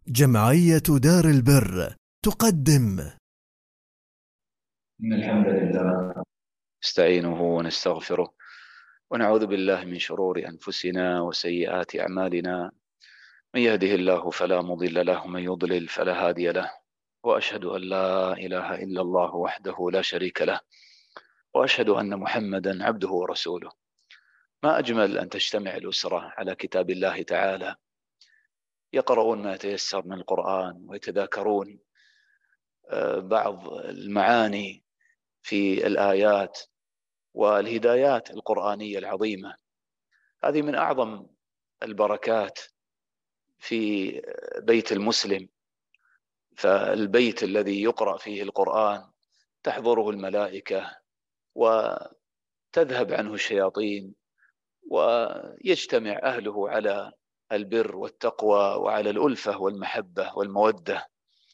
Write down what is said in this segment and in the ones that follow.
جمعية دار البر تقدم. إن الحمد لله نستعينه ونستغفره ونعوذ بالله من شرور أنفسنا وسيئات أعمالنا. من يهده الله فلا مضل له ومن يضلل فلا هادي له، وأشهد أن لا إله إلا الله وحده لا شريك له، وأشهد أن محمدا عبده ورسوله. ما أجمل أن تجتمع الأسرة على كتاب الله تعالى، يقرؤون ما يتيسر من القرآن ويتذاكرون بعض المعاني في الآيات والهدايات القرآنية العظيمة. هذه من أعظم البركات في بيت المسلم، فالبيت الذي يقرأ فيه القرآن تحضره الملائكة وتذهب عنه الشياطين، ويجتمع أهله على البر والتقوى وعلى الألفة والمحبة والمودة.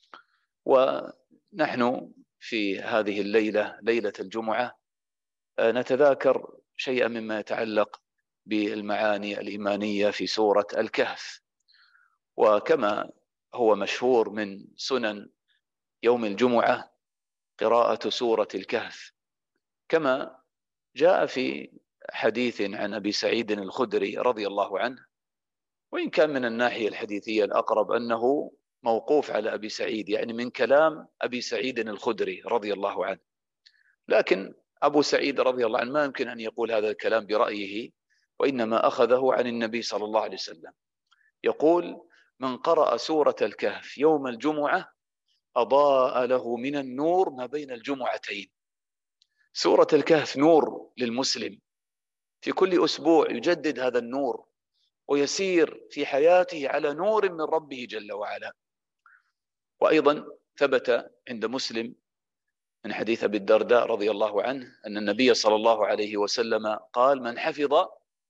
ونحن في هذه الليلة، ليلة الجمعة، نتذاكر شيئا مما يتعلق بالمعاني الإيمانية في سورة الكهف. وكما هو مشهور من سنن يوم الجمعة قراءة سورة الكهف، كما جاء في حديث عن أبي سعيد الخدري رضي الله عنه، وإن كان من الناحية الحديثية الأقرب أنه موقوف على أبي سعيد، يعني من كلام أبي سعيد الخدري رضي الله عنه، لكن أبو سعيد رضي الله عنه ما يمكن أن يقول هذا الكلام برأيه، وإنما أخذه عن النبي صلى الله عليه وسلم. يقول: من قرأ سورة الكهف يوم الجمعة أضاء له من النور ما بين الجمعتين. سورة الكهف نور للمسلم، في كل أسبوع يجدد هذا النور ويسير في حياته على نور من ربه جل وعلا. وأيضا ثبت عند مسلم من حديث أبي الدرداء رضي الله عنه أن النبي صلى الله عليه وسلم قال: من حفظ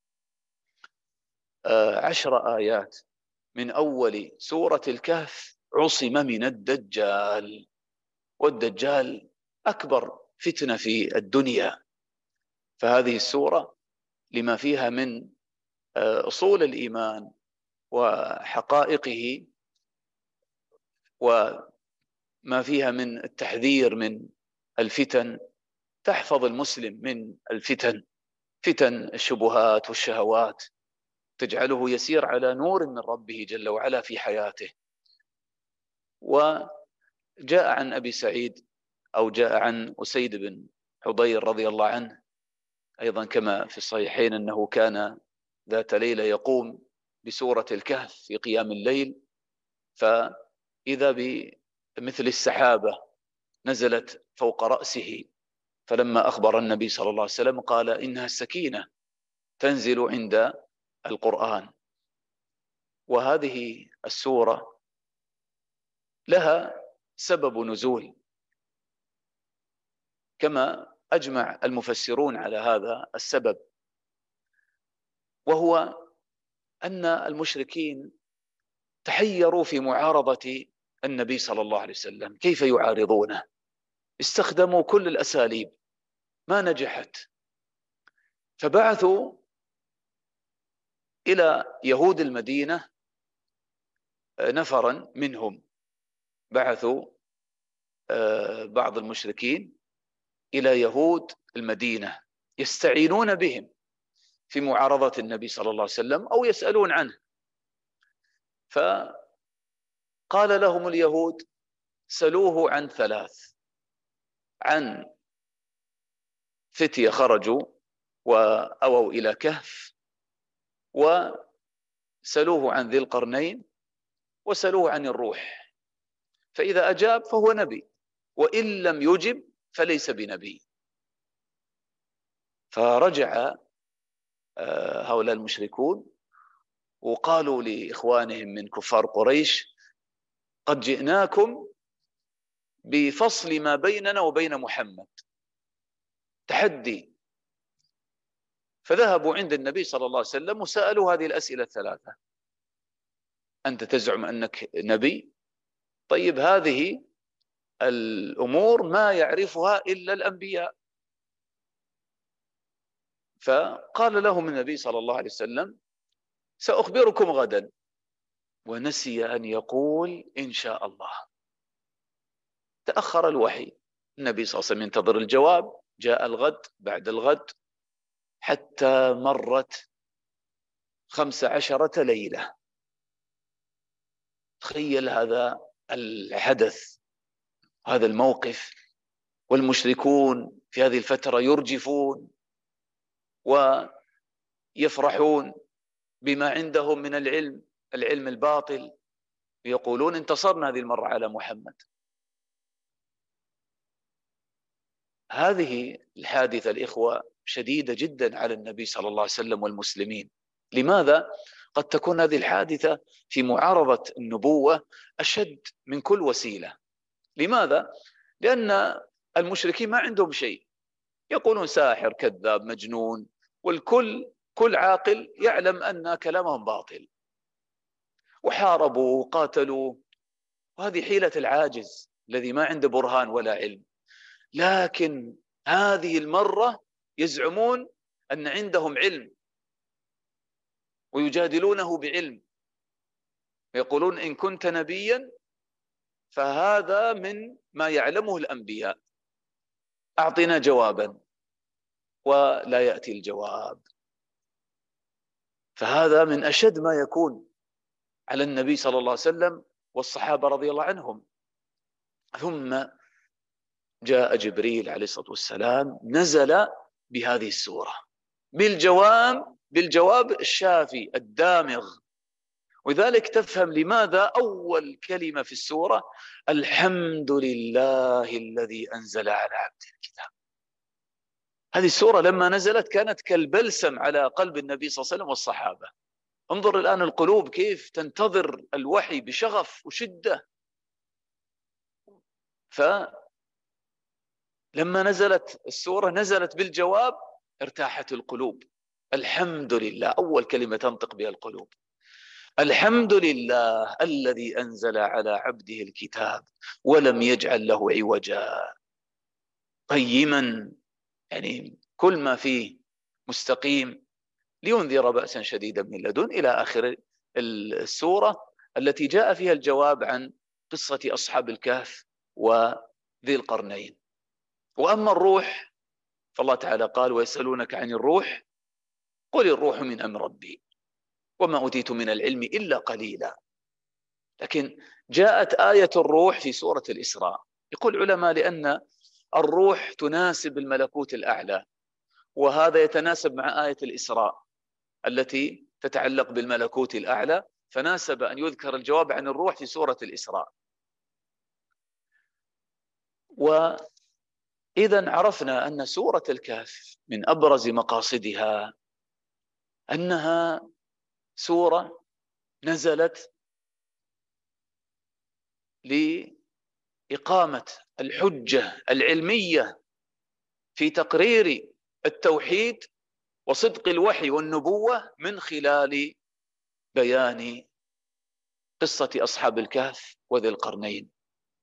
10 آيات من أول سورة الكهف عصم من الدجال. والدجال أكبر فتنة في الدنيا، فهذه السورة لما فيها من أصول الإيمان وحقائقه، وما فيها من التحذير من الفتن، تحفظ المسلم من الفتن، فتن الشبهات والشهوات، تجعله يسير على نور من ربه جل وعلا في حياته. وجاء عن أبي سعيد، أو جاء عن أسيد بن حضير رضي الله عنه أيضا كما في الصحيحين أنه كان ذات ليلة يقوم بسورة الكهف في قيام الليل، فإذا بمثل السحابة نزلت فوق رأسه، فلما أخبر النبي صلى الله عليه وسلم قال: إنها السكينة تنزل عند القرآن. وهذه السورة لها سبب نزول، كما أجمع المفسرون على هذا السبب، وهو أن المشركين تحيروا في معارضة النبي صلى الله عليه وسلم، كيف يعارضونه؟ استخدموا كل الأساليب ما نجحت، فبعثوا إلى يهود المدينة نفرا منهم، بعثوا بعض المشركين إلى يهود المدينة يستعينون بهم في معارضة النبي صلى الله عليه وسلم أو يسألون عنه. فقال لهم اليهود: سلوه عن 3، عن فتية خرجوا وأووا إلى كهف، وسلوه عن ذي القرنين، وسلوه عن الروح، فإذا أجاب فهو نبي، وإن لم يجب فليس بنبي. فرجع هؤلاء المشركون وقالوا لإخوانهم من كفار قريش: قد جئناكم بفصل ما بيننا وبين محمد، تحدي. فذهبوا عند النبي صلى الله عليه وسلم وسألوا هذه الأسئلة ال3: أنت تزعم أنك نبي؟ طيب هذه الأمور ما يعرفها إلا الأنبياء. فقال لهم النبي صلى الله عليه وسلم: سأخبركم غدا. ونسي أن يقول إن شاء الله. تأخر الوحي، النبي صلى الله عليه وسلم ينتظر الجواب، جاء الغد بعد الغد حتى مرت 15 ليلة. تخيل هذا الحدث، هذا الموقف، والمشركون في هذه الفترة يرجفون ويفرحون بما عندهم من العلم الباطل، يقولون انتصرنا هذه المرة على محمد. هذه الحادثة الإخوة شديدة جدا على النبي صلى الله عليه وسلم والمسلمين. لماذا؟ قد تكون هذه الحادثة في معارضة النبوة أشد من كل وسيلة. لماذا؟ لأن المشركين ما عندهم شيء، يقولون ساحر كذاب مجنون، كل عاقل يعلم أن كلامهم باطل، وحاربوا وقاتلوا، وهذه حيلة العاجز الذي ما عنده برهان ولا علم. لكن هذه المرة يزعمون أن عندهم علم ويجادلونه بعلم، ويقولون إن كنت نبيا فهذا من ما يعلمه الأنبياء، أعطنا جوابا، ولا يأتي الجواب. فهذا من أشد ما يكون على النبي صلى الله عليه وسلم والصحابة رضي الله عنهم. ثم جاء جبريل عليه الصلاة والسلام، نزل بهذه السورة بالجواب الشافي الدامغ. ولذلك تفهم لماذا أول كلمة في السورة الحمد لله الذي أنزل على عبده الكتاب. هذه السورة لما نزلت كانت كالبلسم على قلب النبي صلى الله عليه وسلم والصحابة. انظر الآن القلوب كيف تنتظر الوحي بشغف وشدة. فلما نزلت السورة نزلت بالجواب ارتاحت القلوب. الحمد لله أول كلمة تنطق بها القلوب. الحمد لله الذي أنزل على عبده الكتاب ولم يجعل له عوجا قيما، يعني كل ما فيه مستقيم، لينذر بأسا شديدا من لدن، إلى آخر السورة التي جاء فيها الجواب عن قصة أصحاب الكهف وذي القرنين. وأما الروح فالله تعالى قال ويسألونك عن الروح قل الروح من أمر ربي وما أوتيت من العلم إلا قليلا. لكن جاءت آية الروح في سورة الإسراء. يقول العلماء لأن الروح تناسب الملكوت الأعلى، وهذا يتناسب مع آية الإسراء التي تتعلق بالملكوت الأعلى، فناسب أن يذكر الجواب عن الروح في سورة الإسراء. وإذا عرفنا أن سورة الكهف من أبرز مقاصدها أنها سورة نزلت لإقامة الحجة العلمية في تقرير التوحيد وصدق الوحي والنبوة من خلال بيان قصة أصحاب الكهف وذي القرنين.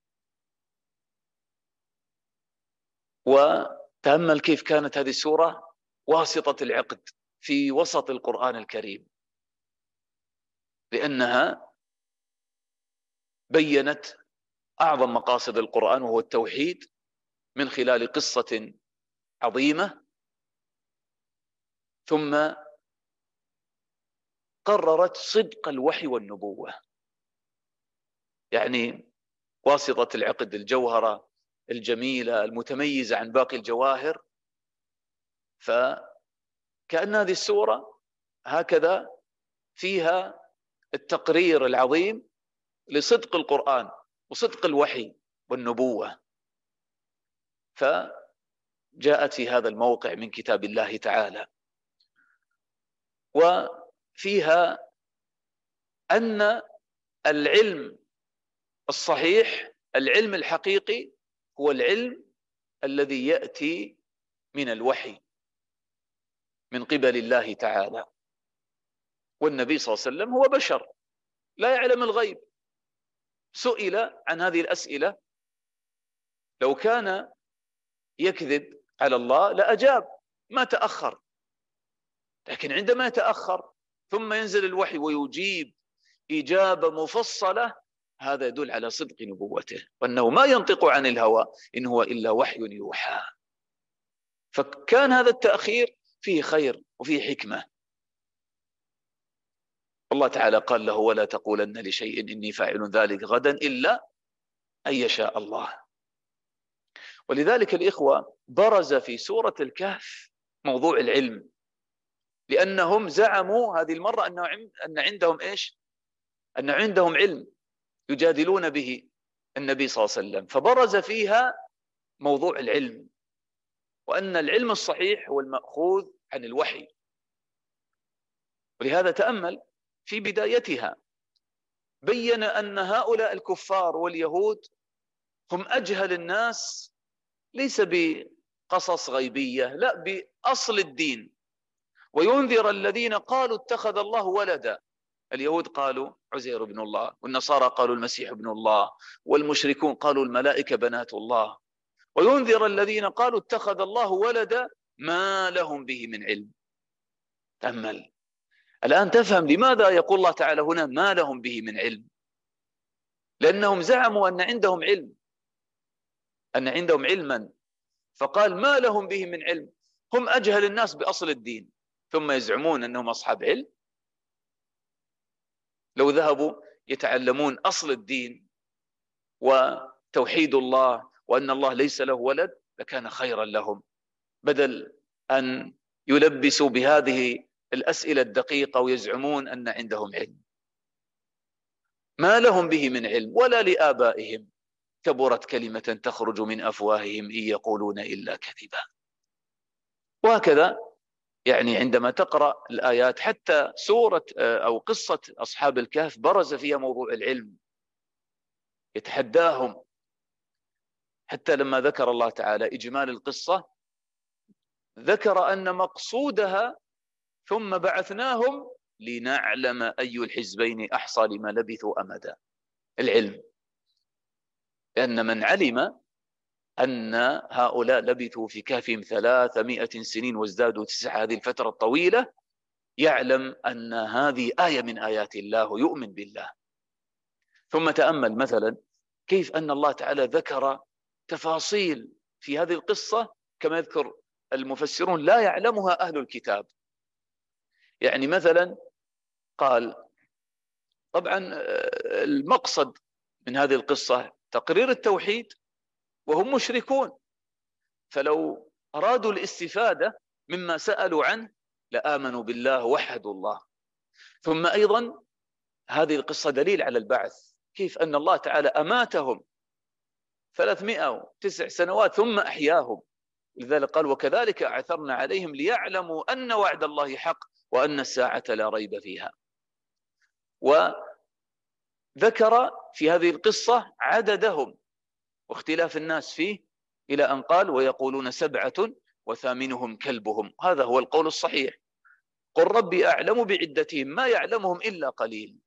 وتأمل كيف كانت هذه السورة واسطة العقد في وسط القرآن الكريم، لأنها بيّنت أعظم مقاصد القرآن وهو التوحيد من خلال قصة عظيمة، ثم قررت صدق الوحي والنبوة، يعني واسطة العقد الجوهرة الجميلة المتميزة عن باقي الجواهر. فكأن هذه السورة هكذا فيها التقرير العظيم لصدق القرآن وصدق الوحي والنبوة. فجاءت في هذا الموقع من كتاب الله تعالى، وفيها أن العلم الصحيح، العلم الحقيقي، هو العلم الذي يأتي من الوحي من قبل الله تعالى. والنبي صلى الله عليه وسلم هو بشر لا يعلم الغيب، سئل عن هذه الأسئلة، لو كان يكذب على الله لأجاب ما تأخر، لكن عندما يتأخر ثم ينزل الوحي ويجيب إجابة مفصلة، هذا يدل على صدق نبوته، وأنه ما ينطق عن الهوى إن هو إلا وحي يوحى. فكان هذا التأخير فيه خير وفيه حكمة. الله تعالى قال له: ولا تقولن لشيء إني فاعل ذلك غدا إلا أن يشاء الله. ولذلك الإخوة برز في سورة الكهف موضوع العلم، لأنهم زعموا هذه المرة أن عندهم إيش؟ أن عندهم علم يجادلون به النبي صلى الله عليه وسلم، فبرز فيها موضوع العلم، وأن العلم الصحيح هو المأخوذ عن الوحي. ولهذا تأمل في بدايتها بين أن هؤلاء الكفار واليهود هم أجهل الناس، ليس بقصص غيبية، لا، بأصل الدين. وينذر الذين قالوا اتخذ الله ولدا. اليهود قالوا عزير بن الله، والنصارى قالوا المسيح ابن الله، والمشركون قالوا الملائكة بنات الله. وينذر الذين قالوا اتخذ الله ولدا ما لهم به من علم. تأمل الآن تفهم لماذا يقول الله تعالى هنا ما لهم به من علم، لأنهم زعموا أن عندهم علم، أن عندهم علما، فقال ما لهم به من علم. هم أجهل الناس بأصل الدين، ثم يزعمون أنهم أصحاب علم. لو ذهبوا يتعلمون أصل الدين وتوحيد الله وأن الله ليس له ولد لكان خيرا لهم، بدل أن يلبسوا بهذه الأسئلة الدقيقة ويزعمون أن عندهم علم. ما لهم به من علم ولا لآبائهم، كبرت كلمة تخرج من أفواههم إن يقولون إلا كذبا. وهكذا يعني عندما تقرأ الآيات، حتى سورة أو قصة أصحاب الكهف برز فيها موضوع العلم، يتحداهم. حتى لما ذكر الله تعالى إجمال القصة ذكر أن مقصودها ثم بعثناهم لنعلم أي الحزبين أحصى لما لبثوا أمدا. العلم، لأن من علم أن هؤلاء لبثوا في كهفهم 300 سنين وازدادوا 9، هذه الفترة الطويلة، يعلم أن هذه آية من آيات الله، يؤمن بالله. ثم تأمل مثلا كيف أن الله تعالى ذكر تفاصيل في هذه القصة كما يذكر المفسرون لا يعلمها أهل الكتاب. يعني مثلا قال طبعا المقصد من هذه القصة تقرير التوحيد وهم مشركون، فلو أرادوا الاستفادة مما سألوا عنه لآمنوا بالله وحدوا الله. ثم أيضا هذه القصة دليل على البعث، كيف أن الله تعالى أماتهم 309 سنوات ثم أحياهم. لذلك قال وكذلك أعثرنا عليهم ليعلموا أن وعد الله حق وأن الساعة لا ريب فيها. وذكر في هذه القصة عددهم واختلاف الناس فيه إلى أن قال ويقولون 7 وثامنهم كلبهم. هذا هو القول الصحيح. قل ربي أعلم بعدتهم ما يعلمهم إلا قليل.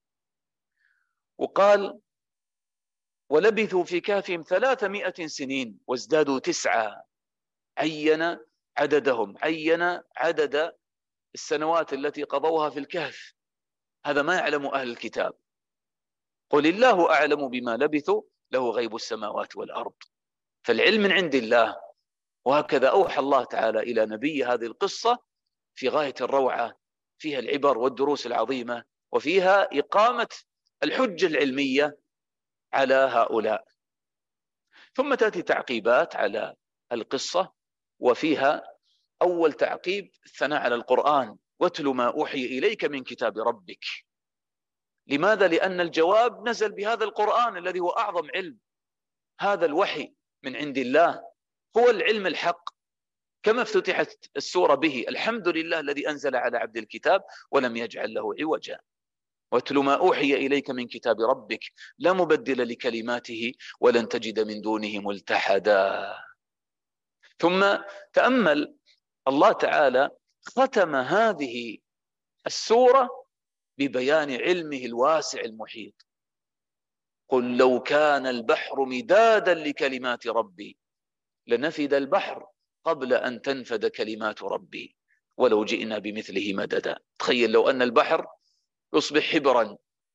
وقال ولبثوا في كهفهم 300 سنين وازدادوا 9. عين عددهم، عين عدد السنوات التي قضوها في الكهف. هذا ما يعلم أهل الكتاب. قل الله أعلم بما لبثوا له غيب السماوات والأرض. فالعلم من عند الله. وهكذا أوحى الله تعالى إلى نبي هذه القصة في غاية الروعة، فيها العبر والدروس العظيمة، وفيها إقامة الحجة العلمية على هؤلاء. ثم تأتي تعقيبات على القصة، وفيها أول تعقيب الثناء على القرآن، واتل ما أوحي إليك من كتاب ربك. لماذا؟ لأن الجواب نزل بهذا القرآن الذي هو أعظم علم. هذا الوحي من عند الله هو العلم الحق، كما افتتحت السورة به الحمد لله الذي أنزل على عبد الكتاب ولم يجعل له عوجا. واتل ما أوحي إليك من كتاب ربك لا مبدل لكلماته ولن تجد من دونه ملتحدا. ثم تأمل الله تعالى ختم هذه السورة ببيان علمه الواسع المحيط. قل لو كان البحر مدادا لكلمات ربي لنفد البحر قبل أن تنفد كلمات ربي ولو جئنا بمثله مددا. تخيل لو أن البحر يصبح حبرا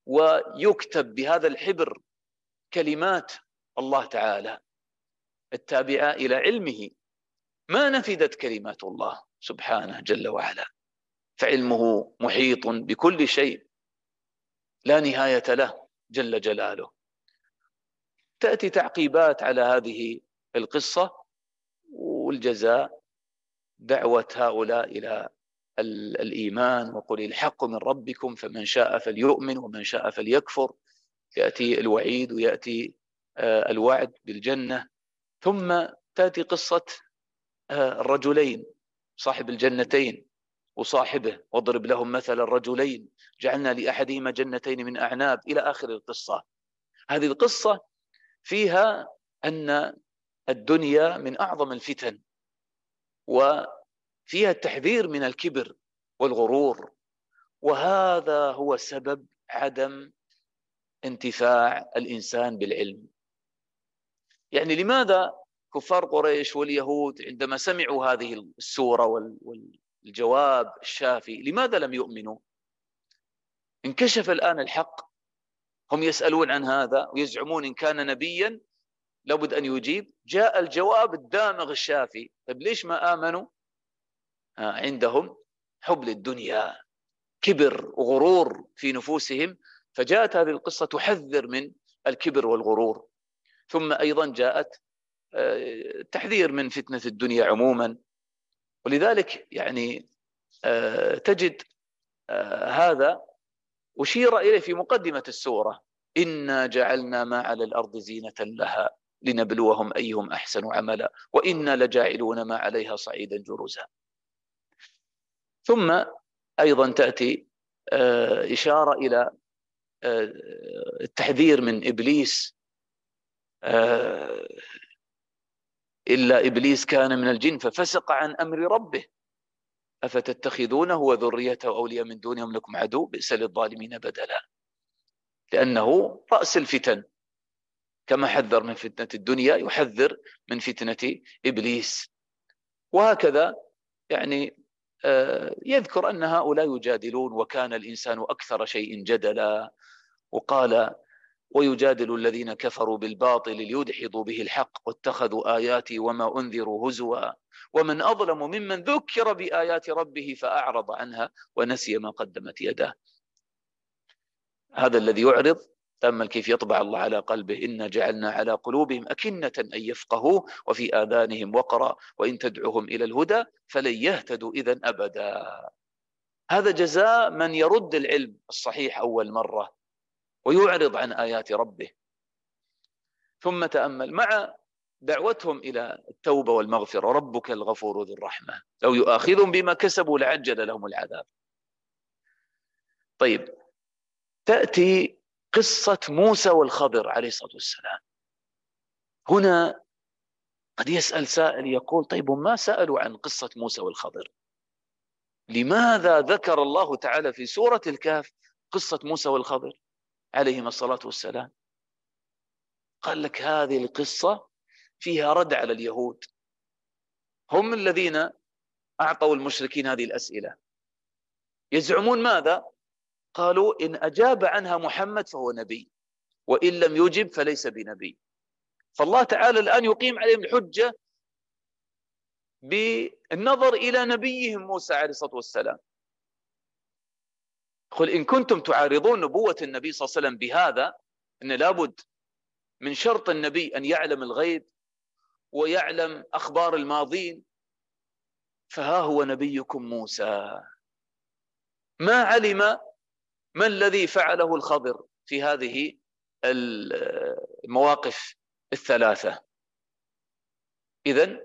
ويكتب بهذا الحبر كلمات الله تعالى التابعة إلى علمه، ما نفدت كلمات الله سبحانه جل وعلا، فعلمه محيط بكل شيء لا نهاية له جل جلاله. تأتي تعقيبات على هذه القصة، والجزاء دعوة هؤلاء إلى الإيمان، وقل الحق من ربكم فمن شاء فليؤمن ومن شاء فليكفر. يأتي الوعيد ويأتي الوعد بالجنة. ثم تأتي قصة الرجلين، صاحب الجنتين وصاحبه، واضرب لهم مثل الرجلين جعلنا لأحدهما جنتين من أعناب، إلى آخر القصة. هذه القصة فيها أن الدنيا من أعظم الفتن، وفيها التحذير من الكبر والغرور، وهذا هو سبب عدم انتفاع الإنسان بالعلم. يعني لماذا كفار قريش واليهود عندما سمعوا هذه السورة والجواب الشافي لماذا لم يؤمنوا؟ انكشف الآن الحق، هم يسألون عن هذا ويزعمون إن كان نبيا لابد أن يجيب، جاء الجواب الدامغ الشافي. طيب ليش ما آمنوا؟ عندهم حب للدنيا، كبر وغرور في نفوسهم، فجاءت هذه القصة تحذر من الكبر والغرور. ثم أيضا جاءت تحذير من فتنة الدنيا عموما. ولذلك يعني تجد هذا أشير إليه في مقدمة السورة: إنا جعلنا ما على الأرض زينة لها لنبلوهم أيهم أحسن عملا وإنا لجاعلون ما عليها صعيدا جرزا. ثم أيضا تأتي إشارة إلى التحذير من إبليس: إلا إبليس كان من الجن ففسق عن أمر ربه أفتتخذونه وذريته أولياء من دونهم لكم عدو بئس للظالمين بدلا. لأنه رأس الفتن، كما حذر من فتنة الدنيا يحذر من فتنة إبليس. وهكذا يعني يذكر أن هؤلاء يجادلون وكان الإنسان أكثر شيء جدلا، وقال ويجادل الذين كفروا بالباطل ليدحضوا به الحق واتخذوا آياتي وما أنذروا هزوا ومن أظلم ممن ذكر بآيات ربه فأعرض عنها ونسي ما قدمت يداه. هذا الذي يعرض، تأمل كيف يطبع الله على قلبه: إنا جعلنا على قلوبهم أكنة أن يفقهوا وفي آذانهم وقرا وإن تدعوهم إلى الهدى فلن يهتدوا إذن أبدا. هذا جزاء من يرد العلم الصحيح أول مرة ويعرض عن آيات ربه. ثم تأمل مع دعوتهم إلى التوبة والمغفرة: ربك الغفور ذو الرحمة لو يؤاخذهم بما كسبوا لعجل لهم العذاب. طيب، تأتي قصة موسى والخضر عليه الصلاة والسلام. هنا قد يسأل سائل يقول: طيب ما سألوا عن قصة موسى والخضر؟ لماذا ذكر الله تعالى في سورة الكهف قصة موسى والخضر عليهما الصلاة والسلام؟ قال لك هذه القصة فيها رد على اليهود، هم الذين أعطوا المشركين هذه الأسئلة. يزعمون ماذا؟ قالوا إن أجاب عنها محمد فهو نبي، وإن لم يجب فليس بنبي. فالله تعالى الآن يقيم عليهم الحجة بالنظر إلى نبيهم موسى عليه الصلاة والسلام. قل إن كنتم تعارضون نبوة النبي صلى الله عليه وسلم بهذا، أن لابد من شرط النبي أن يعلم الغيب ويعلم أخبار الماضين، فها هو نبيكم موسى ما علم ما الذي فعله الخضر في هذه المواقف الثلاثة. إذن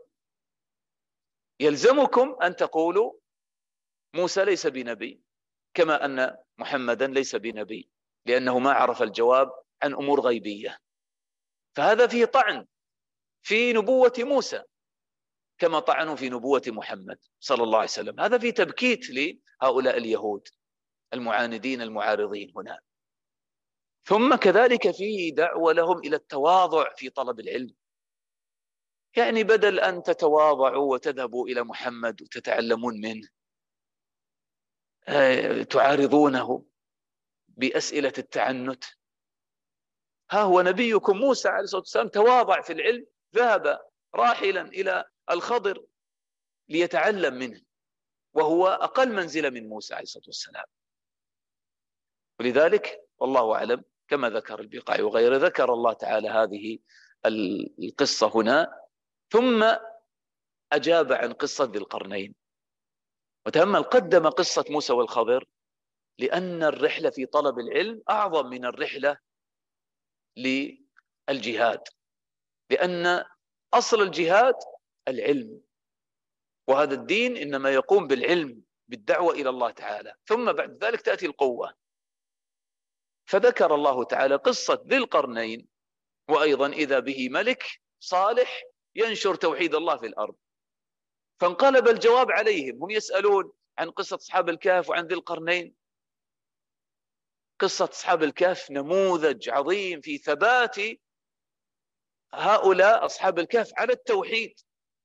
يلزمكم أن تقولوا موسى ليس بنبي، كما أن محمدا ليس بنبي، لأنه ما عرف الجواب عن أمور غيبية. فهذا فيه طعن في نبوة موسى كما طعنوا في نبوة محمد صلى الله عليه وسلم. هذا فيه تبكيت لهؤلاء اليهود المعاندين المعارضين هنا. ثم كذلك فيه دعوة لهم إلى التواضع في طلب العلم. يعني بدل أن تتواضعوا وتذهبوا إلى محمد وتتعلمون منه، تعارضونه بأسئلة التعنت. ها هو نبيكم موسى عليه الصلاة والسلام تواضع في العلم، ذهب راحلا إلى الخضر ليتعلم منه، وهو أقل منزلة من موسى عليه الصلاة والسلام. ولذلك والله أعلم كما ذكر البقاعي وغيره، ذكر الله تعالى هذه القصة هنا، ثم أجاب عن قصة ذي القرنين. وتأمل، قدم قصة موسى والخضر لأن الرحلة في طلب العلم أعظم من الرحلة للجهاد، لأن أصل الجهاد العلم، وهذا الدين إنما يقوم بالعلم، بالدعوة إلى الله تعالى، ثم بعد ذلك تأتي القوة. فذكر الله تعالى قصة ذي القرنين، وأيضا إذا به ملك صالح ينشر توحيد الله في الأرض. فانقلب الجواب عليهم، هم يسألون عن قصة أصحاب الكهف وعن ذي القرنين. قصة أصحاب الكهف نموذج عظيم في ثبات هؤلاء أصحاب الكهف على التوحيد.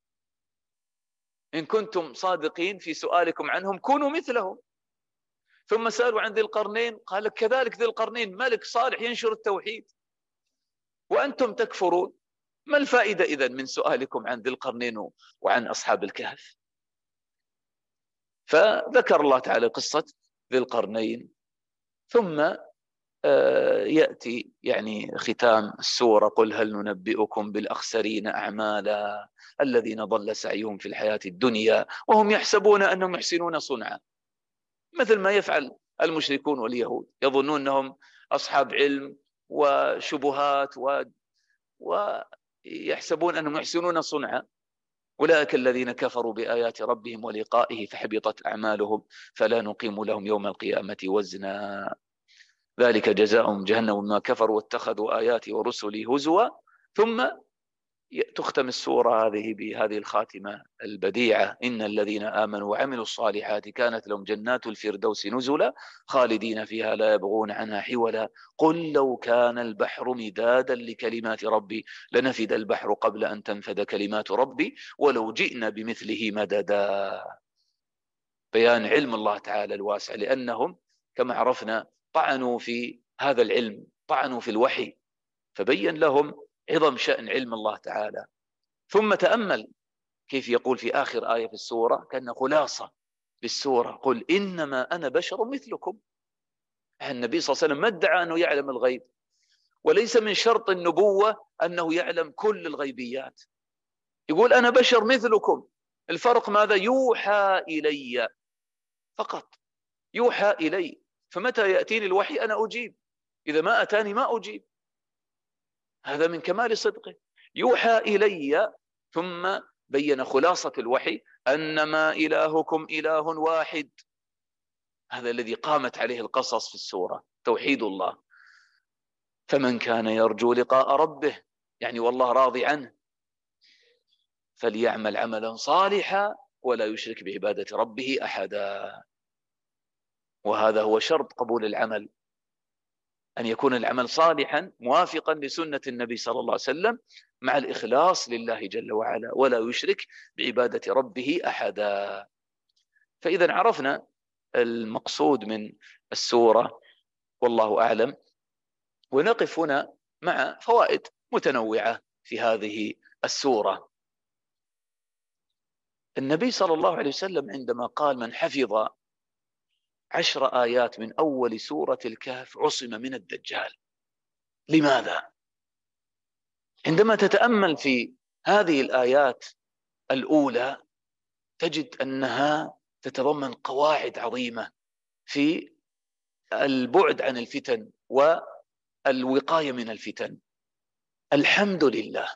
إن كنتم صادقين في سؤالكم عنهم كونوا مثلهم. ثم سألوا عن ذي القرنين، قال كذلك ذي القرنين ملك صالح ينشر التوحيد وأنتم تكفرون. ما الفائدة إذن من سؤالكم عن ذي القرنين وعن أصحاب الكهف؟ فذكر الله تعالى قصة ذي القرنين، ثم يأتي يعني ختام السورة: قل هل ننبئكم بالأخسرين أعمالا الذين ضل سعيهم في الحياة الدنيا وهم يحسبون أنهم يحسنون صنعا. مثل ما يفعل المشركون واليهود، يظنون أنهم أصحاب علم وشبهات ويحسبون أنهم يحسنون صنعا. أولئك الذين كفروا بآيات ربهم ولقائه فحبطت أعمالهم فلا نقيم لهم يوم القيامة وزنا ذلك جزاؤهم جهنم بما كفروا واتخذوا آياتي ورسلي هزوا. ثم تختم السورة هذه بهذه الخاتمة البديعة: إن الذين آمنوا وعملوا الصالحات كانت لهم جنات الفردوس نزلا خالدين فيها لا يبغون عنها حولا قل لو كان البحر مدادا لكلمات ربي لنفد البحر قبل أن تنفد كلمات ربي ولو جئنا بمثله مددا. بيان علم الله تعالى الواسع، لأنهم كما عرفنا طعنوا في هذا العلم، طعنوا في الوحي، فبين لهم عظم شأن علم الله تعالى. ثم تأمل كيف يقول في آخر آية في السورة كأن خلاصة للسورة: قل إنما أنا بشر مثلكم. النبي صلى الله عليه وسلم ما ادعى أنه يعلم الغيب، وليس من شرط النبوة أنه يعلم كل الغيبيات. يقول أنا بشر مثلكم، الفرق ماذا؟ يوحى إلي فقط، يوحى إلي. فمتى يأتيني الوحي أنا أجيب، إذا ما أتاني ما أجيب. هذا من كمال صدقه، يوحى إلي. ثم بين خلاصة الوحي: أنما إلهكم إله واحد. هذا الذي قامت عليه القصص في السورة، توحيد الله. فمن كان يرجو لقاء ربه، يعني والله راضي عنه، فليعمل عملا صالحا ولا يشرك بعبادة ربه أحدا. وهذا هو شرط قبول العمل، أن يكون العمل صالحا موافقا لسنة النبي صلى الله عليه وسلم مع الإخلاص لله جل وعلا، ولا يشرك بعبادة ربه أحدا. فإذا عرفنا المقصود من السورة والله أعلم. ونقف هنا مع فوائد متنوعة في هذه السورة. النبي صلى الله عليه وسلم عندما قال: من حفظ 10 آيات من أول سورة الكهف عصم من الدجال. لماذا؟ عندما تتأمل في هذه الآيات الأولى تجد أنها تتضمن قواعد عظيمة في البعد عن الفتن والوقاية من الفتن. الحمد لله،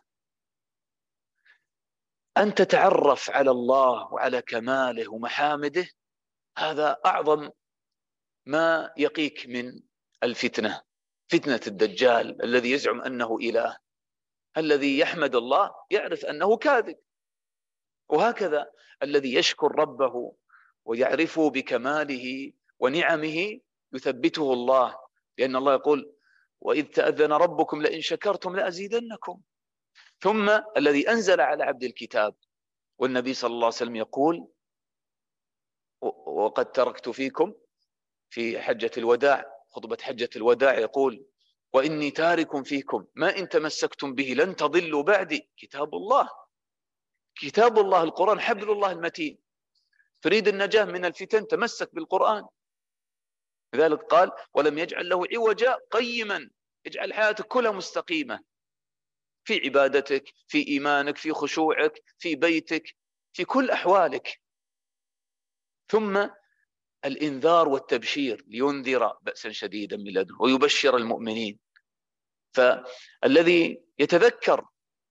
أن تتعرف على الله وعلى كماله ومحامده، هذا أعظم ما يقيك من الفتنة، فتنة الدجال الذي يزعم أنه إله. الذي يحمد الله يعرف أنه كاذب، وهكذا الذي يشكر ربه ويعرفه بكماله ونعمه يثبته الله، لأن الله يقول: وإذ تأذن ربكم لئن شكرتم لأزيدنكم. ثم الذي أنزل على عبد الكتاب، والنبي صلى الله عليه وسلم يقول: وقد تركت فيكم في حجة الوداع خطبة حجة الوداع يقول: وإني تارك فيكم ما إن تمسكتم به لن تضلوا بعدي كتاب الله. كتاب الله القرآن حبل الله المتين. تريد النجاة من الفتن تمسك بالقرآن. لذلك قال: ولم يجعل له عوجا قيما. اجعل حياتك كلها مستقيمة في عبادتك، في إيمانك، في خشوعك، في بيتك، في كل أحوالك. ثم الإنذار والتبشير لينذر بأسا شديدا من لدنه ويبشر المؤمنين. فالذي يتذكر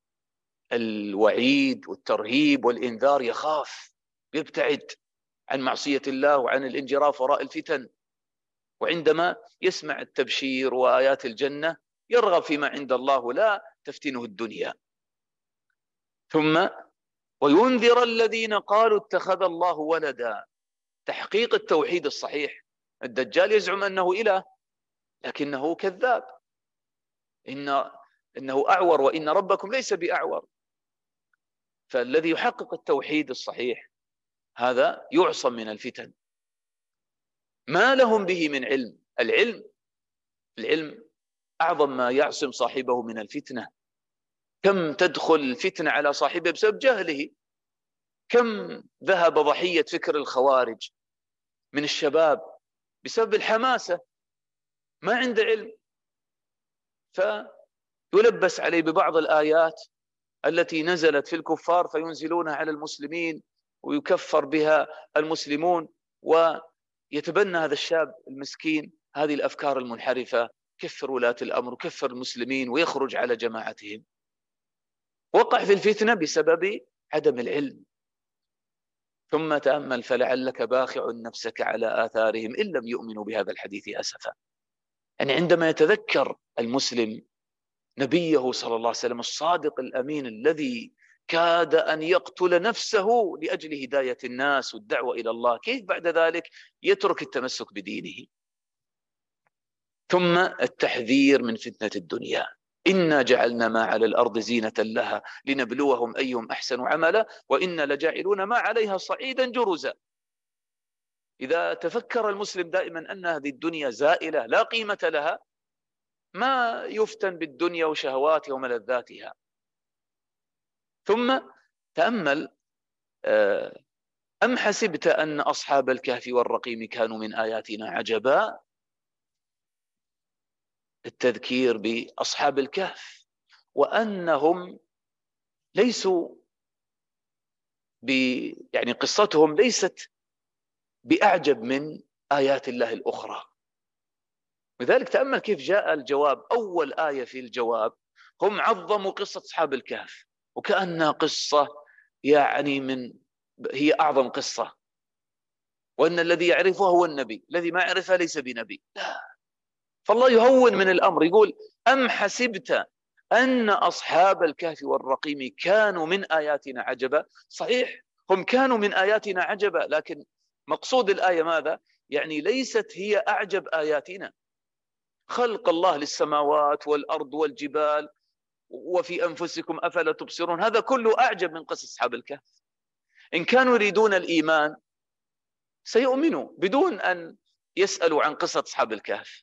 الوعيد والترهيب والإنذار يخاف، يبتعد عن معصية الله وعن الانجراف وراء الفتن. وعندما يسمع التبشير وآيات الجنة يرغب فيما عند الله ولا تفتنه الدنيا. ثم وينذر الذين قالوا اتخذ الله ولدا. تحقيق التوحيد الصحيح. الدجال يزعم أنه إله لكنه كذاب. إنه أعور وإن ربكم ليس بأعور. فالذي يحقق التوحيد الصحيح هذا يعصم من الفتن. ما لهم به من علم. العلم أعظم ما يعصم صاحبه من الفتنة. كم تدخل الفتنة على صاحبه بسبب جهله. كم ذهب ضحية فكر الخوارج من الشباب بسبب الحماسة، ما عنده علم، فيلبس عليه ببعض الآيات التي نزلت في الكفار فينزلونها على المسلمين ويكفر بها المسلمون، ويتبنى هذا الشاب المسكين هذه الأفكار المنحرفة، كفر ولاة الأمر وكفر المسلمين ويخرج على جماعتهم. وقع في الفتنة بسبب عدم العلم. ثم تأمل: فلعلك باخع نفسك على آثارهم إن لم يؤمنوا بهذا الحديث أسفا. يعني عندما يتذكر المسلم نبيه صلى الله عليه وسلم الصادق الأمين الذي كاد أن يقتل نفسه لأجل هداية الناس والدعوة إلى الله، كيف بعد ذلك يترك التمسك بدينه؟ ثم التحذير من فتنة الدنيا. إنا جعلنا ما على الأرض زينة لها لنبلوهم أيهم أحسن عملا وإنا لجاعلون ما عليها صعيدا جرزا. إذا تفكر المسلم دائما أن هذه الدنيا زائلة لا قيمة لها ما يفتن بالدنيا وشهواتها وملذاتها. ثم تأمل: أم حسبت أن أصحاب الكهف والرقيم كانوا من آياتنا عجبا. التذكير بأصحاب الكهف وأنهم ليسوا يعني قصتهم ليست بأعجب من آيات الله الأخرى. لذلك تأمل كيف جاء الجواب. أول آية في الجواب هم عظموا قصة أصحاب الكهف وكأنها قصة يعني هي أعظم قصة، وأن الذي يعرفها هو النبي، الذي ما يعرفها ليس بنبي. لا، فالله يهون من الأمر، يقول: أم حسبت أن أصحاب الكهف والرقيم كانوا من آياتنا عجبا. صحيح هم كانوا من آياتنا عجبا، لكن مقصود الآية ماذا؟ يعني ليست هي أعجب آياتنا. خلق الله للسماوات والأرض والجبال وفي أنفسكم أفلا تبصرون، هذا كله أعجب من قصص أصحاب الكهف. إن كانوا يريدون الإيمان سيؤمنوا بدون أن يسألوا عن قصة أصحاب الكهف.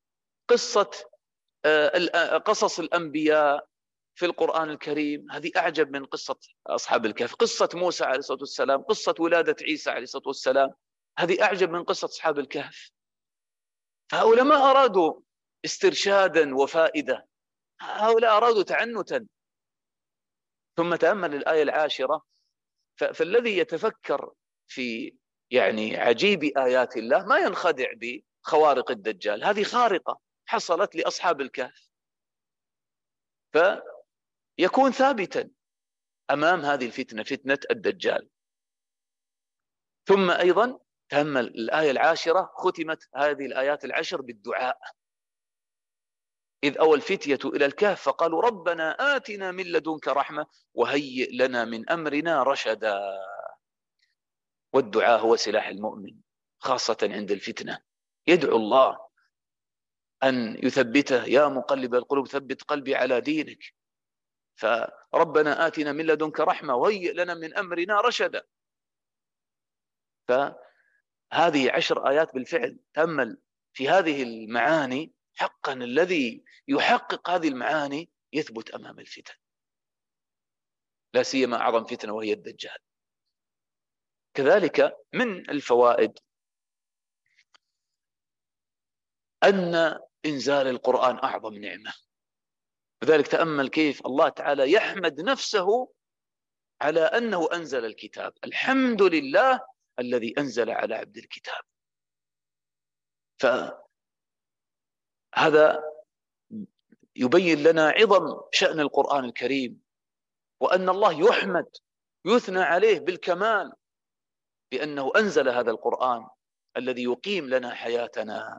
قصص الأنبياء في القرآن الكريم هذه أعجب من قصة أصحاب الكهف. قصة موسى عليه الصلاة والسلام، قصة ولادة عيسى عليه الصلاة والسلام، هذه أعجب من قصة أصحاب الكهف. فهؤلاء ما أرادوا استرشادا وفائدة، هؤلاء أرادوا تعنتا. ثم تأمل الآية العاشرة: فالذي يتفكر في يعني عجيب آيات الله ما ينخدع بخوارق الدجال. هذه خارقة حصلت لأصحاب الكهف، فيكون ثابتا أمام هذه الفتنة، فتنة الدجال. ثم أيضا تأمل الآية العاشرة، ختمت هذه الآيات العشر بالدعاء: إذ أوى الفتية إلى الكهف فقالوا ربنا آتنا من لدنك رحمة وهيئ لنا من أمرنا رشدا. والدعاء هو سلاح المؤمن خاصة عند الفتنة. يدعو الله أن يثبته: يا مقلب القلوب ثبت قلبي على دينك. فربنا آتنا من لدنك رحمة وهيئ لنا من أمرنا رشدا. فهذه 10 آيات بالفعل. تأمل في هذه المعاني حقا الذي يحقق هذه المعاني يثبت أمام الفتن، لا سيما أعظم فتنة وهي الدجال. كذلك من الفوائد أن إنزال القرآن أعظم نعمة، لذلك تأمل كيف الله تعالى يحمد نفسه على أنه أنزل الكتاب. الحمد لله الذي أنزل على عبد الكتاب. فهذا يبين لنا عظم شأن القرآن الكريم، وأن الله يحمد يثنى عليه بالكمال بأنه أنزل هذا القرآن الذي يقيم لنا حياتنا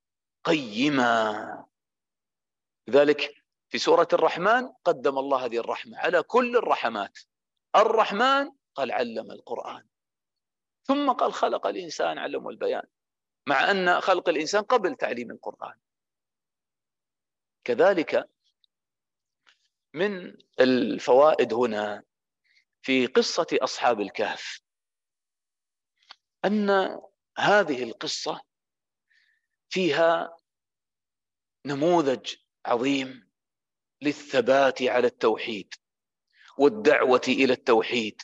قيما. لذلك في سورة الرحمن قدم الله هذه الرحمة على كل الرحمات. الرحمن قال علم القرآن، ثم قال خلق الإنسان علمه البيان، مع أن خلق الإنسان قبل تعليم القرآن. كذلك من الفوائد هنا في قصة أصحاب الكهف أن هذه القصة فيها نموذج عظيم للثبات على التوحيد والدعوة إلى التوحيد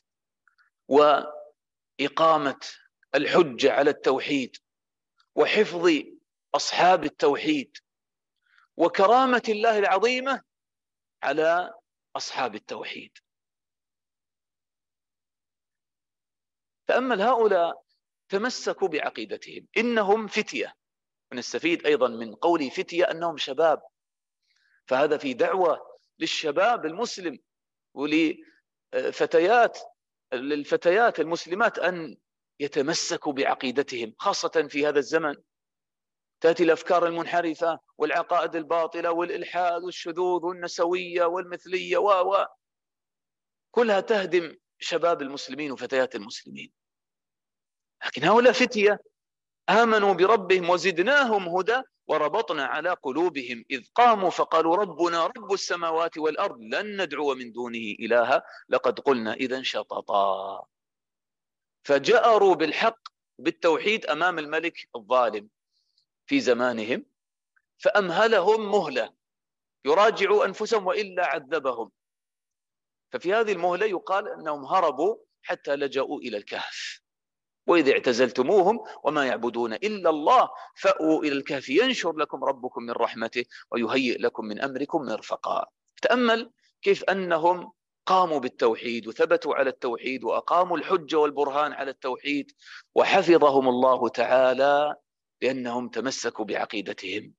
وإقامة الحجة على التوحيد وحفظ أصحاب التوحيد وكرامة الله العظيمة على أصحاب التوحيد. تأمل هؤلاء تمسكوا بعقيدتهم، إنهم فتية، ونستفيد أيضا من قولي فتية أنهم شباب، فهذا في دعوة للشباب المسلم للفتيات المسلمات أن يتمسكوا بعقيدتهم، خاصة في هذا الزمن تأتي الأفكار المنحرفة والعقائد الباطلة والإلحاد والشذوذ والنسوية والمثلية كلها تهدم شباب المسلمين وفتيات المسلمين. لكن هؤلاء فتية آمنوا بربهم وزدناهم هدى وربطنا على قلوبهم إذ قاموا فقالوا ربنا رب السماوات والأرض لن ندعو من دونه إلها لقد قلنا إذا شططا. فجأروا بالحق بالتوحيد أمام الملك الظالم في زمانهم، فأمهلهم مهلة يراجعوا أنفسهم وإلا عذبهم. ففي هذه المهلة يقال أنهم هربوا حتى لجأوا إلى الكهف، وإذا اعتزلتموهم وما يعبدون إلا الله فأووا إلى الكهف ينشر لكم ربكم من رحمته ويهيئ لكم من أمركم مرفقا. تأمل كيف أنهم قاموا بالتوحيد وثبتوا على التوحيد وأقاموا الحجة والبرهان على التوحيد، وحفظهم الله تعالى لأنهم تمسكوا بعقيدتهم.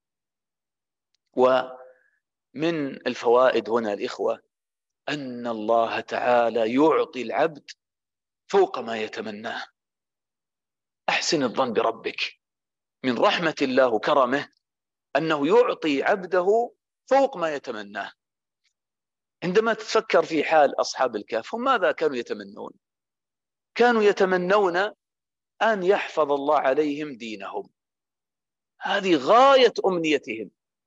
ومن الفوائد هنا الإخوة أن الله تعالى يعطي العبد فوق ما يتمناه. أحسن الظن بربك، من رحمة الله وكرمه أنه يعطي عبده فوق ما يتمناه. عندما تتفكر في حال أصحاب الكهف، هم ماذا كانوا يتمنون؟ كانوا يتمنون أن يحفظ الله عليهم دينهم، هذه غاية أمنيتهم.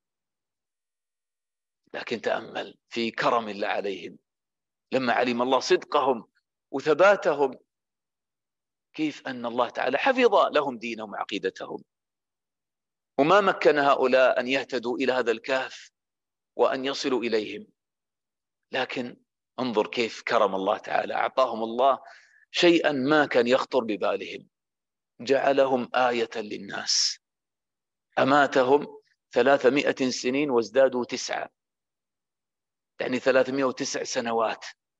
لكن تأمل في كرم الله عليهم لما علم الله صدقهم وثباتهم، كيف أن الله تعالى حفظ لهم دينهم وعقيدتهم، وما مكن هؤلاء أن يهتدوا إلى هذا الكهف وأن يصلوا إليهم. لكن انظر كيف كرم الله تعالى، أعطاهم الله شيئا ما كان يخطر ببالهم، جعلهم آية للناس. أماتهم 300 سنين وازدادوا 9، يعني 309 سنوات،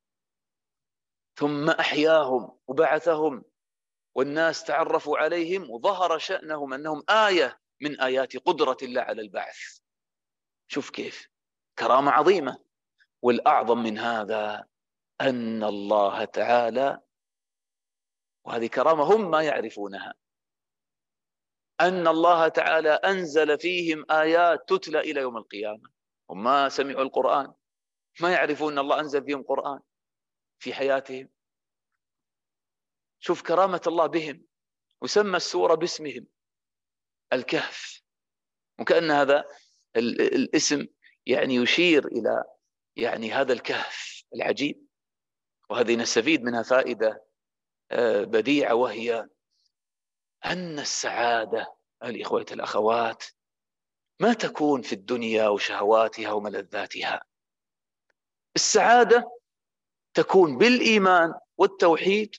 ثم أحياهم وبعثهم والناس تعرفوا عليهم وظهر شأنهم أنهم آية من آيات قدرة الله على البعث. شوف كيف كرامة عظيمة. والأعظم من هذا أن الله تعالى، وهذه كرامة هم ما يعرفونها، أن الله تعالى أنزل فيهم آيات تتلى إلى يوم القيامة. هم ما سمعوا القرآن، ما يعرفون أن الله أنزل فيهم قرآن في حياتهم. شوف كرامة الله بهم، وسمى السورة باسمهم الكهف، وكأن هذا الاسم يعني يشير إلى يعني هذا الكهف العجيب. وهذه نستفيد منها فائدة بديعة، وهي أن السعادة الإخوة الأخوات ما تكون في الدنيا وشهواتها وملذاتها. السعادة تكون بالإيمان والتوحيد،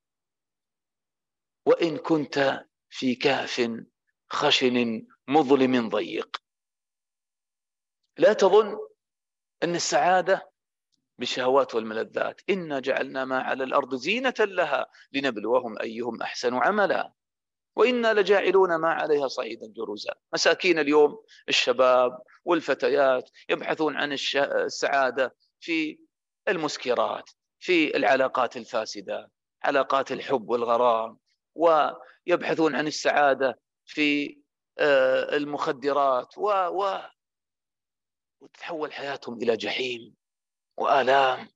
وإن كنت في كهف خشن مظلم ضيق. لا تظن أن السعادة بالشهوات والملذات. إنا جعلنا ما على الأرض زينة لها لنبلوهم أيهم أحسن عملا وإنا لجاعلون ما عليها صعيدا جرزا. مساكين اليوم الشباب والفتيات يبحثون عن السعادة في المسكرات، في العلاقات الفاسدة، علاقات الحب والغرام، ويبحثون عن السعادة في المخدرات وتتحول حياتهم إلى جحيم وآلام.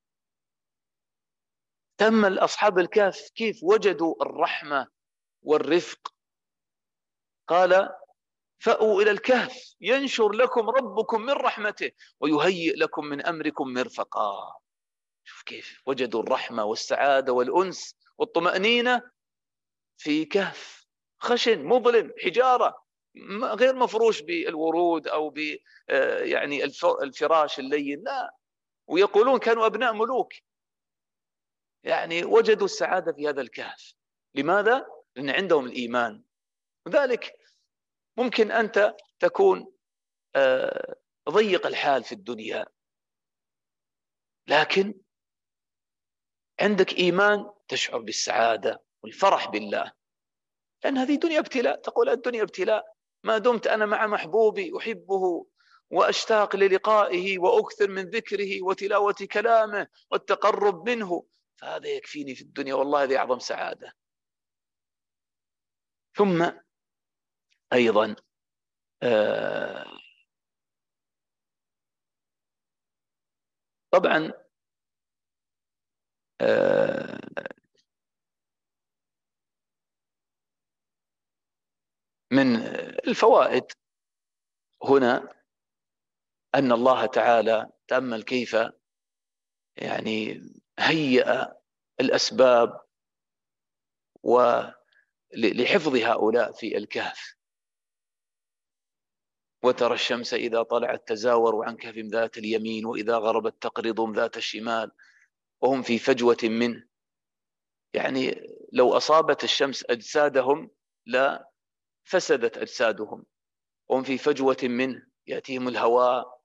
تأمل أصحاب الكهف كيف وجدوا الرحمة والرفق. قال فأووا إلى الكهف ينشر لكم ربكم من رحمته ويهيئ لكم من أمركم مرفقا. شوف كيف وجدوا الرحمة والسعادة والأنس والطمأنينة في كهف خشن مظلم، حجارة غير مفروش بالورود أو يعني الفراش اللين، لا. ويقولون كانوا أبناء ملوك. يعني وجدوا السعادة في هذا الكهف. لماذا؟ لأن عندهم الإيمان. وذلك ممكن أنت تكون ضيق الحال في الدنيا، لكن عندك إيمان تشعر بالسعادة والفرح بالله، لأن هذه دنيا ابتلاء. تقول الدنيا ابتلاء، ما دمت أنا مع محبوبي أحبه وأشتاق للقائه وأكثر من ذكره وتلاوة كلامه والتقرب منه، فهذا يكفيني في الدنيا، والله هذه أعظم سعادة. ثم أيضا طبعا من الفوائد هنا أن الله تعالى تأمل كيف يعني هيأ الأسباب لحفظ هؤلاء في الكهف. وترى الشمس إذا طلعت تزاور عن كهفهم ذات اليمين وإذا غربت تقرضهم ذات الشمال وهم في فجوة منه. يعني لو أصابت الشمس أجسادهم لا فسدت أجسادهم، وهم في فجوة منه يأتيهم الهواء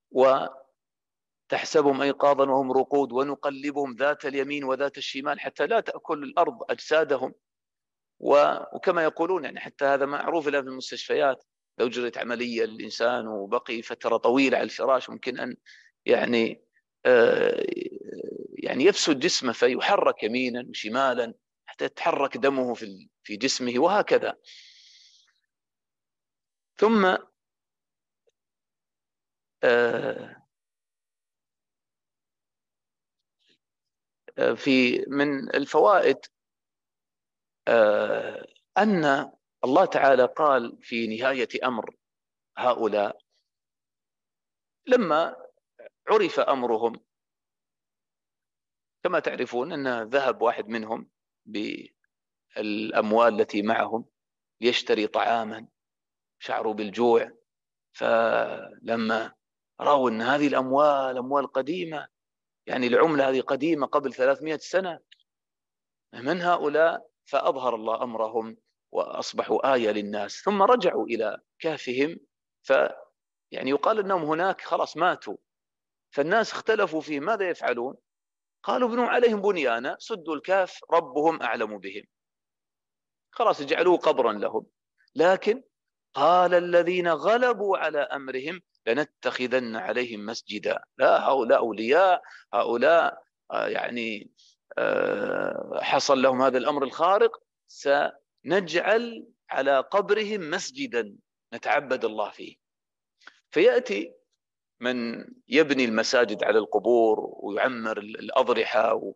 وتحسبهم أيقاظا وهم رقود ونقلبهم ذات اليمين وذات الشمال حتى لا تأكل الأرض أجسادهم. وكما يقولون يعني حتى هذا معروف الآن في المستشفيات، لو جرت عملية للإنسان وبقي فترة طويلة على الفراش ممكن أن يعني يفسد جسمه فيحرك يمينا وشمالا حتى يتحرك دمه في جسمه وهكذا. ثم من الفوائد أن الله تعالى قال في نهاية أمر هؤلاء لما عرف أمرهم، كما تعرفون أن ذهب واحد منهم بالأموال التي معهم ليشتري طعاما، شعروا بالجوع، فلما رأوا أن هذه الأموال أموال قديمة، يعني العملة هذه قديمة قبل 300 سنة، من هؤلاء؟ فأظهر الله أمرهم وأصبحوا آية للناس. ثم رجعوا إلى كهفهم، يعني يقال أنهم هناك خلاص ماتوا، فالناس اختلفوا فيه ماذا يفعلون؟ قالوا ابنوا عليهم بنيانا سدوا الكهف ربهم أعلم بهم، خلاص اجعلوه قبرا لهم. لكن قال الذين غلبوا على أمرهم لنتخذن عليهم مسجدا. لا، هؤلاء أولياء، هؤلاء يعني حصل لهم هذا الأمر الخارق، سنجعل على قبرهم مسجدا نتعبد الله فيه. فيأتي من يبني المساجد على القبور ويعمر الأضرحة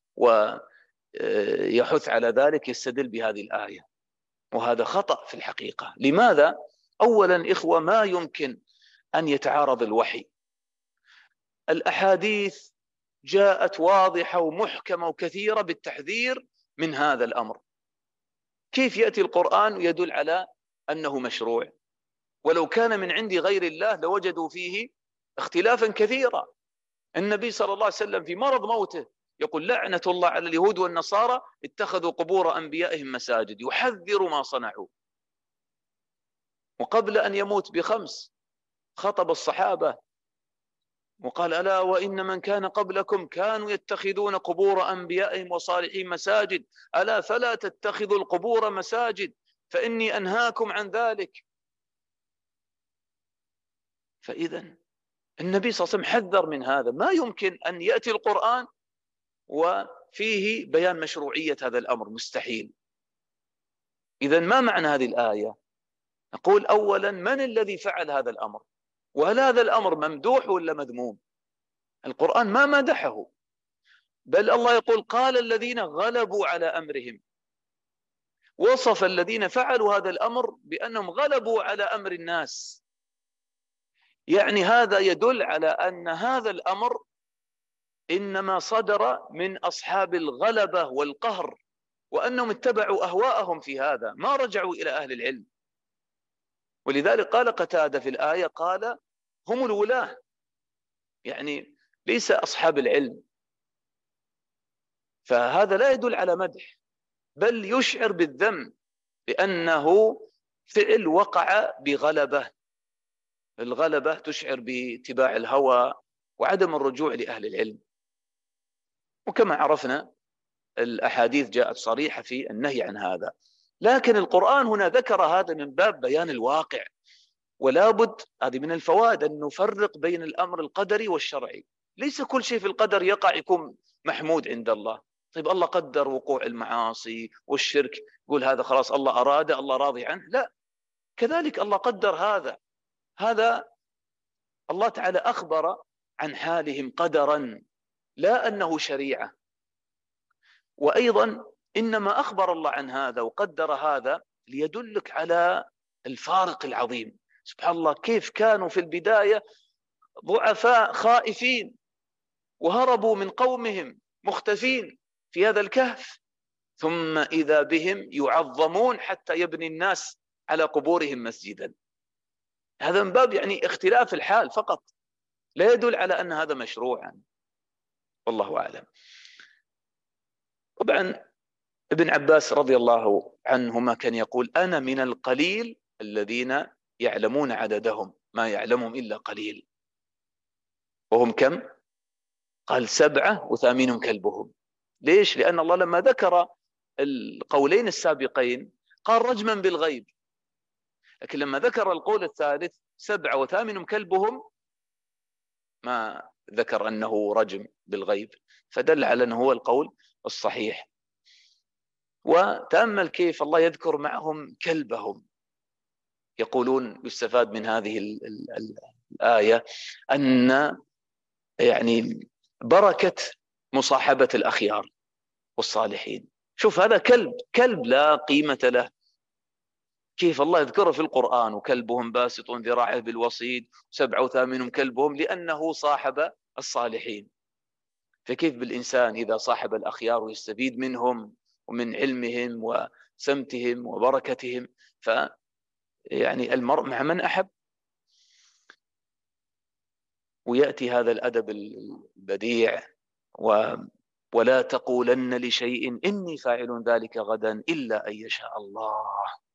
ويحث على ذلك يستدل بهذه الآية، وهذا خطأ في الحقيقة. لماذا؟ أولا إخوة، ما يمكن أن يتعارض الوحي. الأحاديث جاءت واضحة ومحكمة وكثيرة بالتحذير من هذا الأمر. كيف يأتي القرآن ويدل على أنه مشروع، ولو كان من عند غير الله لوجدوا فيه اختلافا كثيرا. النبي صلى الله عليه وسلم في مرض موته يقول: لعنة الله على اليهود والنصارى اتخذوا قبور أنبيائهم مساجد، يحذر ما صنعوا. وقبل أن يموت ب5 خطب الصحابة وقال: ألا وإن من كان قبلكم كانوا يتخذون قبور أنبيائهم وصالحين مساجد، ألا فلا تتخذوا القبور مساجد فإني أنهاكم عن ذلك. فإذا النبي صلى الله عليه وسلم حذر من هذا. ما يمكن أن يأتي القرآن وفيه بيان مشروعية هذا الأمر، مستحيل. إذا ما معنى هذه الآية؟ نقول أولا: من الذي فعل هذا الأمر؟ وهل هذا الأمر ممدوح ولا مذموم؟ القرآن ما مدحه، بل الله يقول: قال الذين غلبوا على أمرهم. وصف الذين فعلوا هذا الأمر بأنهم غلبوا على أمر الناس. يعني هذا يدل على أن هذا الأمر إنما صدر من أصحاب الغلبة والقهر، وأنهم اتبعوا أهواءهم في هذا، ما رجعوا إلى أهل العلم. ولذلك قال قتادة في الآية، قال: هم الولاة، يعني ليس أصحاب العلم. فهذا لا يدل على مدح، بل يشعر بالذم، لأنه فعل وقع بغلبة. الغلبة تشعر باتباع الهوى وعدم الرجوع لأهل العلم. وكما عرفنا الأحاديث جاءت صريحة في النهي عن هذا، لكن القرآن هنا ذكر هذا من باب بيان الواقع. ولا بد، هذه من الفوائد، أن نفرق بين الأمر القدري والشرعي. ليس كل شيء في القدر يقع يكون محمود عند الله. طيب الله قدر وقوع المعاصي والشرك، يقول هذا خلاص الله أراد، الله راضي عنه؟ لا، كذلك الله قدر هذا الله تعالى أخبر عن حالهم قدرا، لا أنه شريعة. وأيضا إنما أخبر الله عن هذا وقدر هذا ليدلك على الفارق العظيم. سبحان الله، كيف كانوا في البداية ضعفاء خائفين، وهربوا من قومهم مختفين في هذا الكهف، ثم إذا بهم يعظمون حتى يبني الناس على قبورهم مسجدا. هذا من باب يعني اختلاف الحال فقط، لا يدل على أن هذا مشروعا، والله أعلم. طبعا ابن عباس رضي الله عنهما كان يقول: أنا من القليل الذين يعلمون عددهم، ما يعلمهم إلا قليل. وهم كم؟ قال: 7 وثامنهم كلبهم. ليش؟ لأن الله لما ذكر القولين السابقين قال رجما بالغيب، لكن لما ذكر القول الثالث 7 وثامنهم كلبهم ما ذكر أنه رجم بالغيب، فدل على أنه هو القول الصحيح. وتأمل كيف الله يذكر معهم كلبهم. يقولون يستفاد من هذه الآية أن يعني بركة مصاحبة الأخيار والصالحين. شوف، هذا كلب لا قيمة له، كيف الله يذكره في القرآن: وكلبهم باسط ذراعه بالوصيد 7 وثامنهم كلبهم، لأنه صاحب الصالحين. فكيف بالإنسان إذا صاحب الأخيار ويستفيد منهم ومن علمهم وسمتهم وبركتهم؟ يعني المرء مع من أحب. ويأتي هذا الأدب البديع: ولا تقولن لشيء إني فاعل ذلك غدا إلا أن يشاء الله.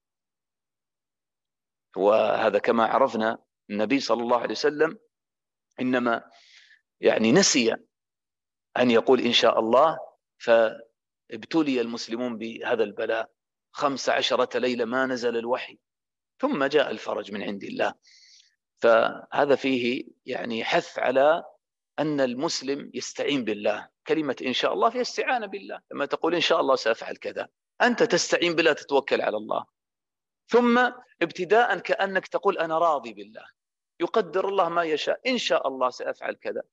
وهذا كما عرفنا النبي صلى الله عليه وسلم إنما يعني نسي أن يقول إن شاء الله، فابتلي المسلمون بهذا البلاء. 15 ليلة ما نزل الوحي، ثم جاء الفرج من عند الله. فهذا فيه يعني حث على أن المسلم يستعين بالله. كلمة إن شاء الله فيها استعانة بالله. لما تقول إن شاء الله سأفعل كذا، أنت تستعين بالله، تتوكل على الله. ثم ابتداء كأنك تقول أنا راضي بالله، يقدر الله ما يشاء، إن شاء الله سأفعل كذا.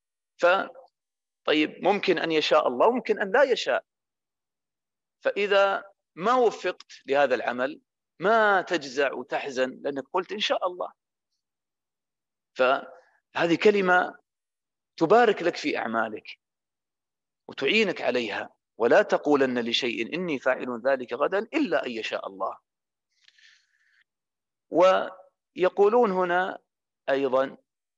طيب ممكن أن يشاء الله وممكن أن لا يشاء. فإذا ما وفقت لهذا العمل ما تجزع وتحزن لأنك قلت إن شاء الله. فهذه كلمة تبارك لك في أعمالك وتعينك عليها. ولا تقولن لشيء إني فاعل ذلك غدا إلا أن يشاء الله. ويقولون هنا أيضا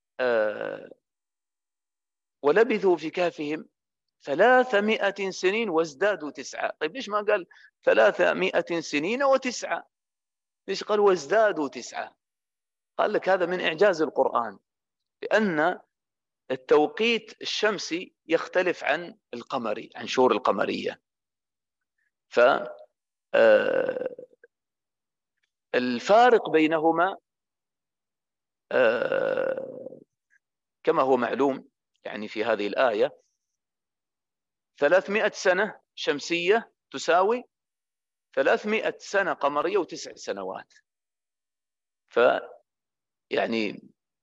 ولبثوا في كهفهم 300 سنين وازدادوا 9. طيب ليش ما قال 300 سنين و9؟ ليش قال وازدادوا 9؟ قال لك هذا من إعجاز القرآن، لأن التوقيت الشمسي يختلف عن القمري، عن شهور القمرية. فالفارق بينهما كما هو معلوم يعني في هذه الآية 300 سنة شمسية تساوي 300 سنة قمرية و9 سنوات. يعني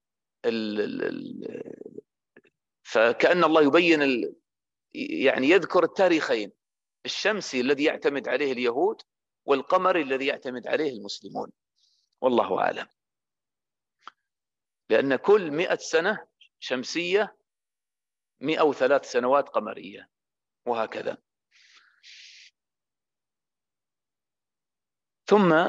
فكأن الله يبين يعني يذكر التاريخين، الشمسي الذي يعتمد عليه اليهود والقمري الذي يعتمد عليه المسلمون، والله أعلم. لأن كل 100 سنة شمسية 103 سنوات قمرية، وهكذا. ثم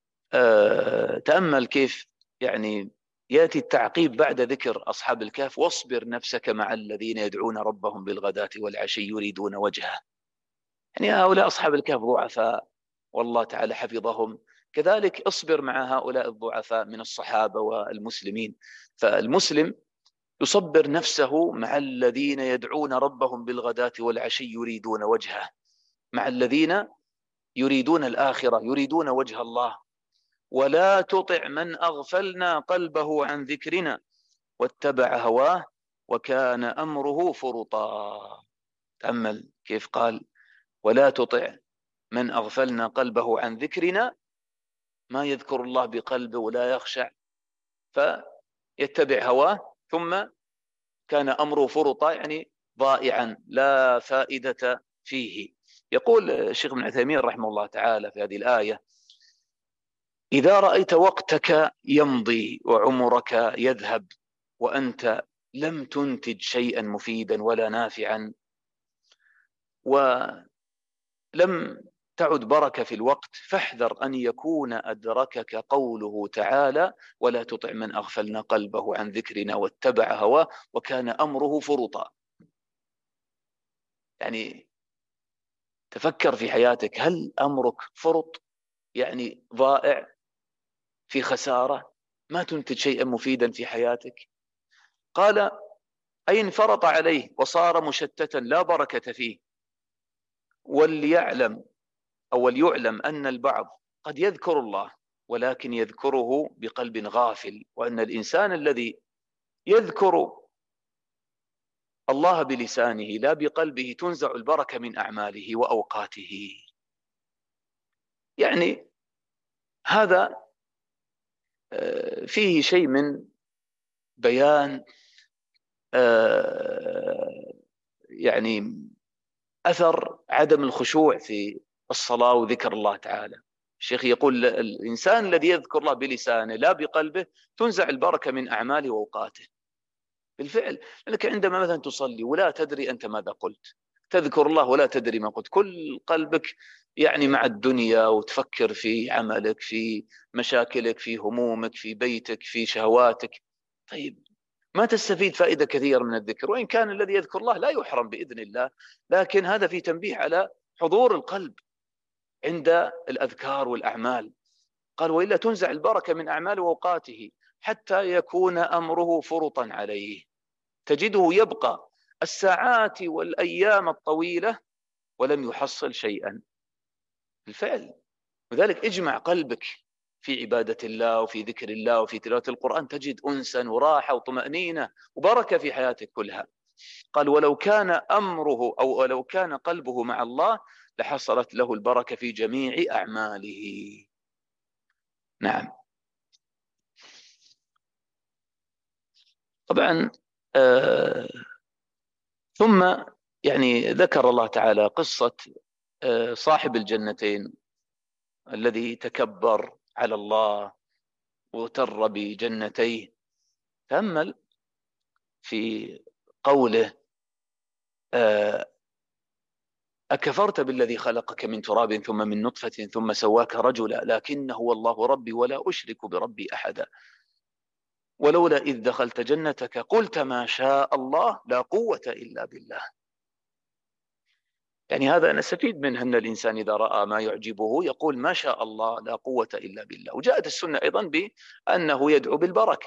تأمل كيف يعني يأتي التعقيب بعد ذكر أصحاب الكهف: واصبر نفسك مع الذين يدعون ربهم بالغداة والعشي يريدون وجهه. يعني هؤلاء أصحاب الكهف ضعفاء والله تعالى حفظهم، كذلك اصبر مع هؤلاء الضعفاء من الصحابة والمسلمين. فالمسلم يصبر نفسه مع الذين يدعون ربهم بالغداة والعشي يريدون وجهه، مع الذين يريدون الآخرة، يريدون وجه الله. ولا تطع من أغفلنا قلبه عن ذكرنا واتبع هواه وكان أمره فرطا. تأمل كيف قال: ولا تطع من أغفلنا قلبه عن ذكرنا، ما يذكر الله بقلبه ولا يخشع، فيتبع هواه، ثم كان أمره فرطا، يعني ضائعا لا فائدة فيه. يقول الشيخ ابن عثيمين رحمه الله تعالى في هذه الآية: إذا رأيت وقتك يمضي وعمرك يذهب وأنت لم تنتج شيئا مفيدا ولا نافعا، ولم تعد بركة في الوقت، فاحذر أن يكون أدركك قوله تعالى: ولا تطع من أغفلنا قلبه عن ذكرنا واتبع هواه وكان أمره فرطا. يعني تفكر في حياتك، هل أمرك فرط؟ يعني ضائع، في خسارة، ما تنتج شيئا مفيدا في حياتك. قال: أي انفرط عليه وصار مشتتا لا بركة فيه. وليعلم أن البعض قد يذكر الله ولكن يذكره بقلب غافل، وأن الإنسان الذي يذكر الله بلسانه لا بقلبه تنزع البركة من أعماله وأوقاته. يعني هذا فيه شيء من بيان يعني أثر عدم الخشوع في الصلاة وذكر الله تعالى. الشيخ يقول: الإنسان الذي يذكر الله بلسانه لا بقلبه تنزع البركة من أعماله وأوقاته. بالفعل، لأنك عندما مثلا تصلي ولا تدري أنت ماذا قلت، تذكر الله ولا تدري ما قلت، كل قلبك يعني مع الدنيا، وتفكر في عملك، في مشاكلك، في همومك، في بيتك، في شهواتك. طيب ما تستفيد فائدة كثيرة من الذكر، وإن كان الذي يذكر الله لا يحرم بإذن الله، لكن هذا في تنبيه على حضور القلب عند الأذكار والأعمال. قال: وإلا تنزع البركة من أعماله وأوقاته حتى يكون أمره فرطا عليه، تجده يبقى الساعات والأيام الطويلة ولم يحصل شيئا. بالفعل، لذلك اجمع قلبك في عبادة الله وفي ذكر الله وفي تلاوة القرآن، تجد أنسا وراحة وطمأنينة وبركة في حياتك كلها. قال: ولو كان أمره أو ولو كان قلبه مع الله لحصلت له البركة في جميع أعماله. نعم. طبعا ثم يعني ذكر الله تعالى قصة صاحب الجنتين الذي تكبر على الله وتر بجنتيه. تأمل في قوله: أكفرت بالذي خلقك من تراب ثم من نطفة ثم سواك رجلا لكنه هو الله ربي ولا أشرك بربي أحدا ولولا إذ دخلت جنتك قلت ما شاء الله لا قوة إلا بالله. يعني هذا نستفيد منه أن الإنسان إذا رأى ما يعجبه يقول ما شاء الله لا قوة إلا بالله. وجاءت السنة أيضا بأنه يدعو بالبركة.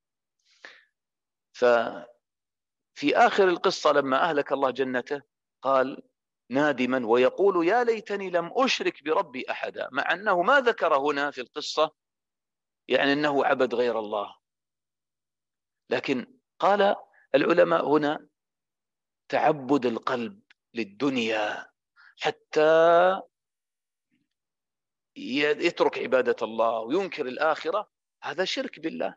ففي آخر القصة لما أهلك الله جنته قال نادما ويقول يا ليتني لم أشرك بربي أحدا، مع أنه ما ذكر هنا في القصة يعني أنه عبد غير الله، لكن قال العلماء هنا تعبد القلب للدنيا حتى يترك عبادة الله وينكر الآخرة، هذا شرك بالله.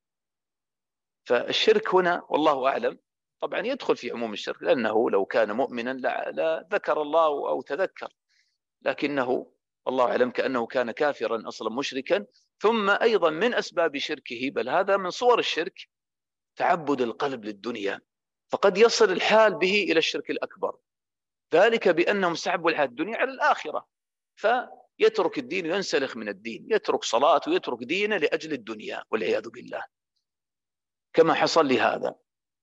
فالشرك هنا والله أعلم طبعا يدخل في عموم الشرك، لأنه لو كان مؤمنا لا ذكر الله أو تذكر، لكنه والله أعلم كأنه كان كافرا أصلا مشركا. ثم أيضا من أسباب شركه، بل هذا من صور الشرك، تعبد القلب للدنيا، فقد يصل الحال به إلى الشرك الأكبر، ذلك بأنهم سحبوا الحياة الدنيا على الآخرة، فيترك الدين وينسلخ من الدين، يترك صلاة ويترك دينه لأجل الدنيا والعياذ بالله، كما حصل لهذا.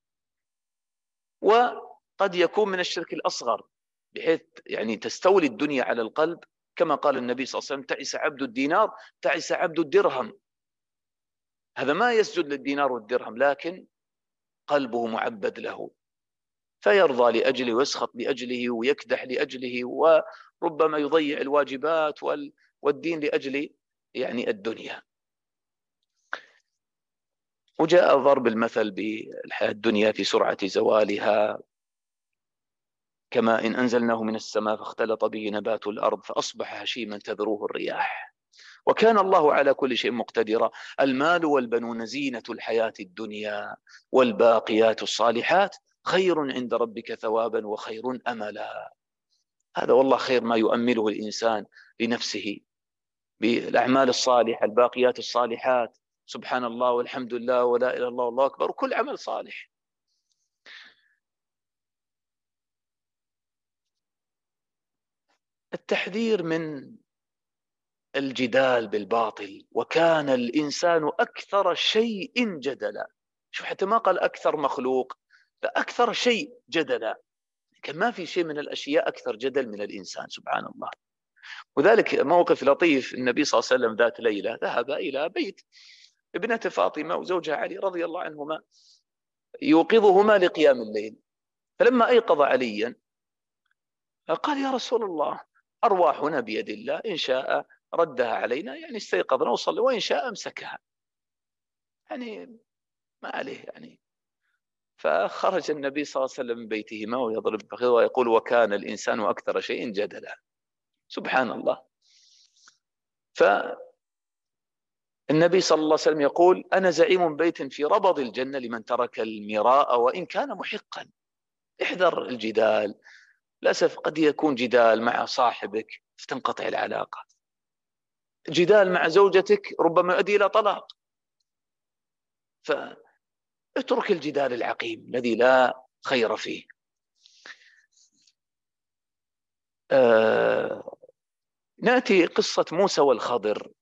وقد يكون من الشرك الأصغر بحيث يعني تستولي الدنيا على القلب، كما قال النبي صلى الله عليه وسلم تعس عبد الدينار تعس عبد الدرهم. هذا ما يسجد للدينار والدرهم لكن قلبه معبد له، فيرضى لأجله ويسخط لأجله ويكدح لأجله، وربما يضيع الواجبات والدين لأجل يعني الدنيا. وجاء ضرب المثل بالحياة الدنيا في سرعة زوالها، كما إن أنزلناه من السماء فاختلط به نبات الأرض فأصبح هشيما تذروه الرياح وكان الله على كل شيء مقتدرا. المال والبنون زينة الحياة الدنيا والباقيات الصالحات خير عند ربك ثوابا وخير أملا. هذا والله خير ما يؤمله الإنسان لنفسه بالأعمال الصالحة، الباقيات الصالحات، سبحان الله والحمد لله ولا إله إلا الله والله أكبر، وكل عمل صالح. التحذير من الجدال بالباطل، وكان الإنسان أكثر شيء جدلا. شوف حتى ما قال أكثر مخلوق، لا، أكثر شيء جدلا، كان ما في شيء من الأشياء أكثر جدل من الإنسان سبحان الله. وذلك موقف لطيف، النبي صلى الله عليه وسلم ذات ليلة ذهب إلى بيت ابنة فاطمة وزوجها علي رضي الله عنهما يوقظهما لقيام الليل، فلما أيقظ عليا قال يا رسول الله أرواحنا بيد الله، إن شاء ردها علينا يعني استيقظنا وصلى، وإن شاء أمسكها، يعني ما عليه يعني. فخرج النبي صلى الله عليه وسلم من بيتهما ويضرب فخذه ويقول وكان الإنسان أكثر شيء جدلا. سبحان الله. فالنبي صلى الله عليه وسلم يقول أنا زعيم بيت في ربض الجنة لمن ترك المراء وإن كان محقا. احذر الجدال، للأسف قد يكون جدال مع صاحبك فتنقطع العلاقة، جدال مع زوجتك ربما يؤدي إلى طلاق، فاترك الجدال العقيم الذي لا خير فيه. نأتي قصة موسى والخضر.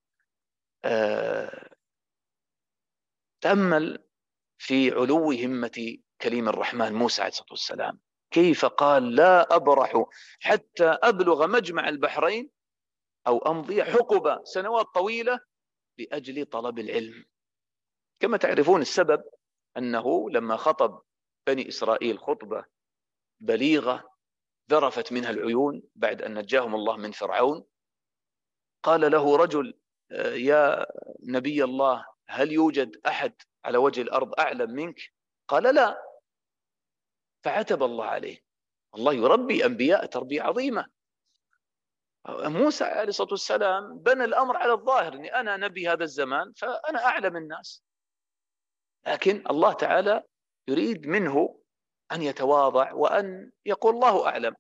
تأمل في علو همة كليم الرحمن موسى عليه الصلاة والسلام، كيف قال لا أبرح حتى أبلغ مجمع البحرين أو أمضي حقبة سنوات طويلة لأجل طلب العلم. كما تعرفون السبب أنه لما خطب بني إسرائيل خطبة بليغة ذرفت منها العيون بعد أن نجاهم الله من فرعون، قال له رجل يا نبي الله هل يوجد أحد على وجه الأرض أعلم منك؟ قال لا. فعتب الله عليه. الله يربي أنبياء تربية عظيمة. موسى عليه الصلاة والسلام بنى الأمر على الظاهر أني أنا نبي هذا الزمان فأنا أعلم الناس، لكن الله تعالى يريد منه أن يتواضع وأن يقول الله أعلم.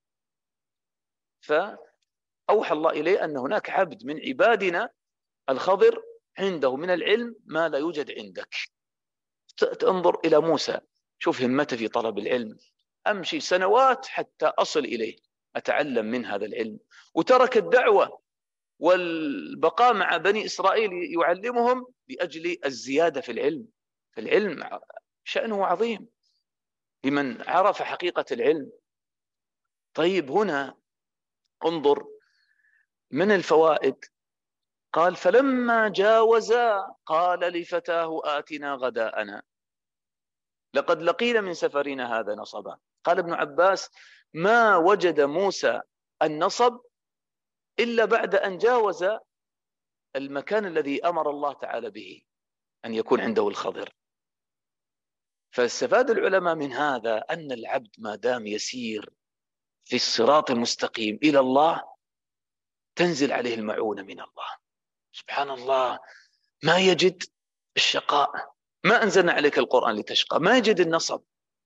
فأوحى الله إليه أن هناك عبد من عبادنا الخضر عنده من العلم ما لا يوجد عندك. تنظر إلى موسى، شوف همته في طلب العلم، أمشي سنوات حتى أصل إليه، أتعلم من هذا العلم، وترك الدعوة والبقاء مع بني إسرائيل يعلمهم لأجل الزيادة في العلم. فالعلم شأنه عظيم لمن عرف حقيقة العلم. طيب هنا انظر من الفوائد، قال فلما جاوزا قال لفتاه آتنا غداءنا لقد لقينا من سفرنا هذا نصبا. قال ابن عباس ما وجد موسى النصب إلا بعد أن جاوز المكان الذي أمر الله تعالى به أن يكون عنده الخضر. فاستفاد العلماء من هذا أن العبد ما دام يسير في الصراط المستقيم إلى الله تنزل عليه المعونة من الله. سبحان الله، ما يجد الشقاء، ما أنزلنا عليك القرآن لتشقى، ما يجد النصب.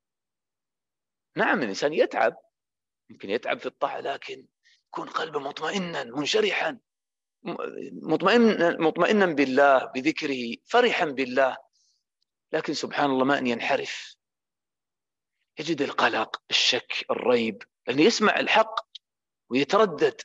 نعم الإنسان يتعب، يمكن يتعب في الطاعة، لكن يكون قلبه مطمئنا منشرحا مطمئنا بالله بذكره فرحا بالله. لكن سبحان الله ما أن ينحرف، يجد القلق الشك الريب، لأنه يسمع الحق ويتردد،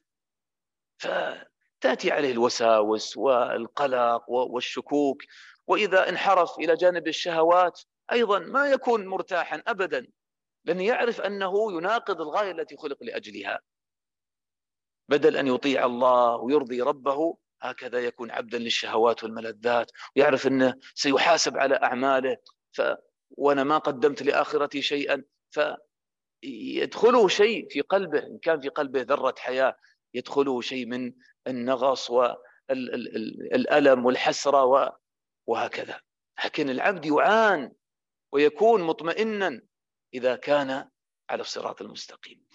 فتأتي عليه الوساوس والقلق والشكوك. وإذا انحرف إلى جانب الشهوات أيضا ما يكون مرتاحا أبدا، لأنه يعرف أنه يناقض الغاية التي خلق لأجلها. بدل أن يطيع الله ويرضي ربه هكذا يكون عبدا للشهوات والملذات، ويعرف أنه سيحاسب على أعماله، وأنا ما قدمت لآخرتي شيئا، فيدخله شيء في قلبه، إن كان في قلبه ذرة حياة يدخله شيء من النغص والألم والحسرة وهكذا. لكن العبد يعان ويكون مطمئنا إذا كان على الصراط المستقيم.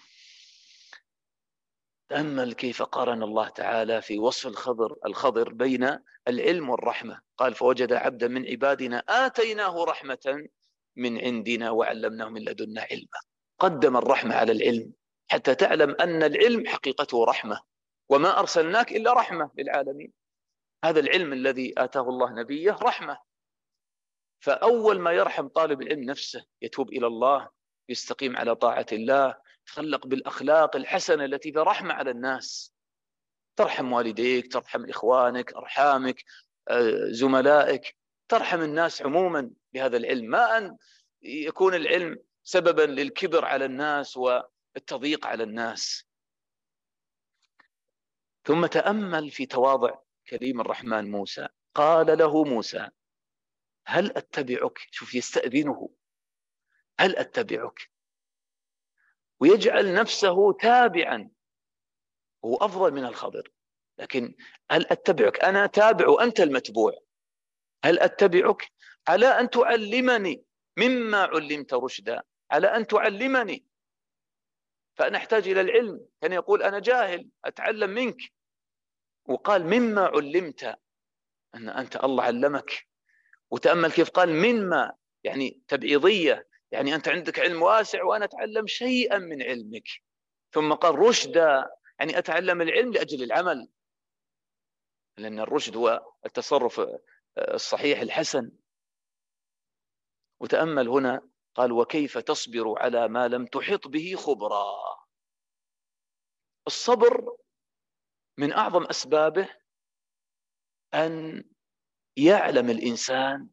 تأمل كيف قارن الله تعالى في وصف الخضر بين العلم والرحمة. قال فوجد عبدا من عبادنا آتيناه رحمة من عندنا وعلمناه من لدنا علما. قدم الرحمة على العلم حتى تعلم أن العلم حقيقته رحمة، وما أرسلناك إلا رحمة للعالمين. هذا العلم الذي آتاه الله نبيه رحمة. فأول ما يرحم طالب العلم نفسه، يتوب إلى الله، يستقيم على طاعة الله، تخلق بالأخلاق الحسنة التي فيها رحمة على الناس. ترحم والديك، ترحم إخوانك، أرحامك، زملائك، ترحم الناس عموما بهذا العلم، ما أن يكون العلم سببا للكبر على الناس والتضييق على الناس. ثم تأمل في تواضع كريم الرحمن موسى. قال له موسى هل أتبعك، شوف يستأذنه، هل أتبعك، ويجعل نفسه تابعا، هو أفضل من الخضر، لكن هل أتبعك، أنا تابع وأنت المتبوع، هل أتبعك على أن تعلمني مما علمت رشدا، على أن تعلمني، فأنا أحتاج إلى العلم. كان يقول أنا جاهل أتعلم منك، وقال مما علمت، أن أنت الله علمك. وتأمل كيف قال مما، يعني تبعيضية، يعني أنت عندك علم واسع وأنا أتعلم شيئا من علمك. ثم قال رشدا، يعني أتعلم العلم لأجل العمل، لأن الرشد هو التصرف الصحيح الحسن. وتأمل هنا قال وكيف تصبر على ما لم تحط به خبرا. الصبر من أعظم أسبابه أن يعلم الإنسان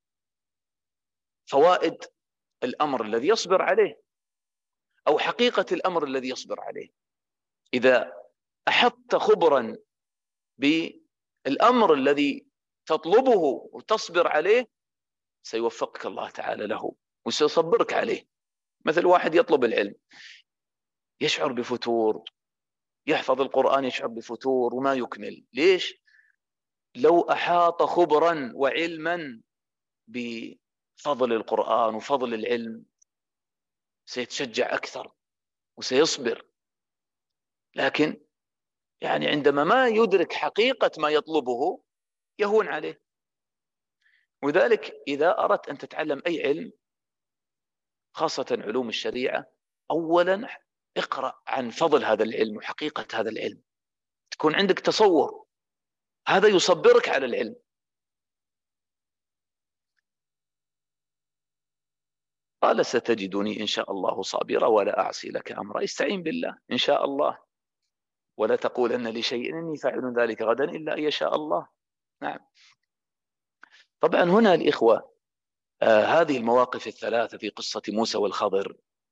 فوائد الأمر الذي يصبر عليه أو حقيقة الأمر الذي يصبر عليه. إذا أحطت خبرا بالأمر الذي تطلبه وتصبر عليه سيوفقك الله تعالى له وسيصبرك عليه. مثل واحد يطلب العلم يشعر بفتور، يحفظ القرآن يشعر بفتور وما يكمل. ليش؟ لو أحاط خبرا وعلما بفضل القرآن وفضل العلم سيتشجع أكثر وسيصبر. لكن يعني عندما ما يدرك حقيقة ما يطلبه يهون عليه. وذلك إذا أردت أن تتعلم أي علم خاصة علوم الشريعة، أولا اقرأ عن فضل هذا العلم وحقيقة هذا العلم، تكون عندك تصور، هذا يصبرك على العلم. قال ستجدني إن شاء الله صابرا ولا أعصي لك أمرا. استعين بالله إن شاء الله، ولا تقولن لشيء إني فاعل ذلك غدا إلا أن يشاء الله. نعم. طبعا هنا الإخوة، هذه المواقف الثلاثة في قصة موسى والخضر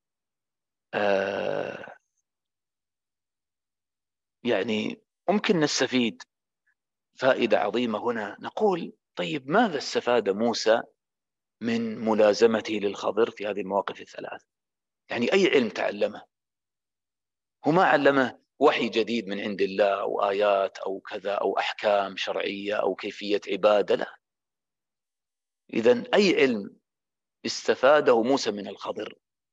يعني ممكن نستفيد فائدة عظيمة هنا. نقول طيب ماذا استفاد موسى من ملازمته للخضر في هذه المواقف الثلاث؟ يعني أي علم تعلمه؟ هو ما علمه وحي جديد من عند الله أو آيات أو كذا أو أحكام شرعية أو كيفية عبادة، لا. إذن أي علم استفاده موسى من الخضر؟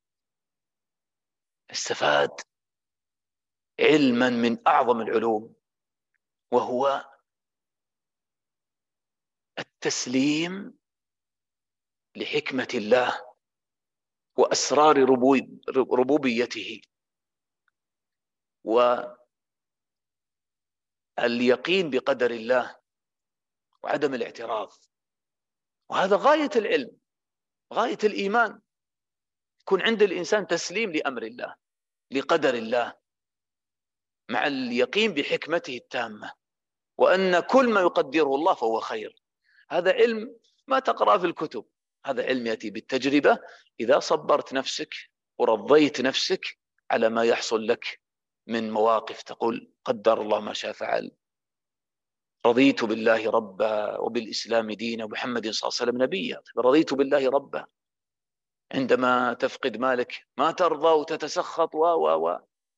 استفاد علما من أعظم العلوم، وهو التسليم لحكمة الله وأسرار ربوبيته، واليقين بقدر الله وعدم الاعتراض. وهذا غاية العلم، غاية الإيمان، يكون عند الإنسان تسليم لأمر الله، لقدر الله، مع اليقين بحكمته التامة، وأن كل ما يقدره الله فهو خير. هذا علم ما تقرأ في الكتب، هذا علم يأتي بالتجربة. إذا صبرت نفسك ورضيت نفسك على ما يحصل لك من مواقف، تقول قدر الله ما شاء فعل، رضيت بالله ربا وبالإسلام دينا ومحمد صلى الله عليه وسلم نبيا. رضيت بالله ربا. عندما تفقد مالك ما ترضى وتتسخط و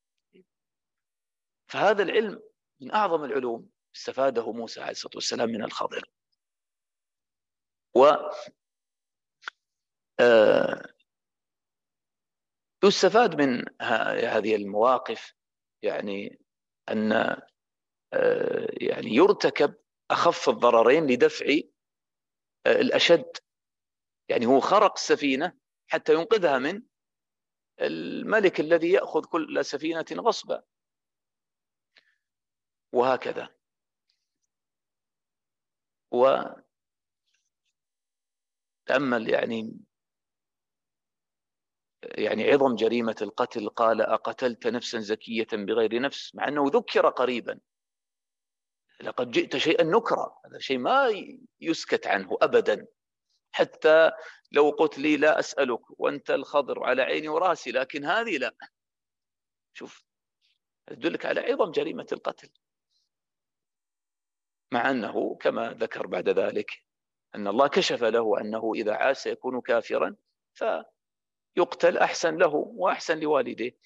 فهذا العلم من أعظم العلوم استفاده موسى عليه الصلاة والسلام من الخضر. و يستفاد من هذه المواقف يعني أن يعني يرتكب أخف الضررين لدفع الأشد. يعني هو خرق السفينة حتى ينقذها من الملك الذي يأخذ كل سفينة غصبا، وهكذا. وتأمل يعني عظم جريمة القتل. قال أقتلت نفسا زكية بغير نفس، مع أنه ذكر قريبا. لقد جئت شيئا نكرا، هذا شيء ما يسكت عنه أبدا. حتى لو قلت لي لا أسألك وأنت الخضر على عيني وراسي، لكن هذه لا. شوف، يدلك على عظم جريمة القتل، مع أنه كما ذكر بعد ذلك أن الله كشف له أنه إذا عاش سيكون كافرا، فيقتل أحسن له وأحسن لوالديه.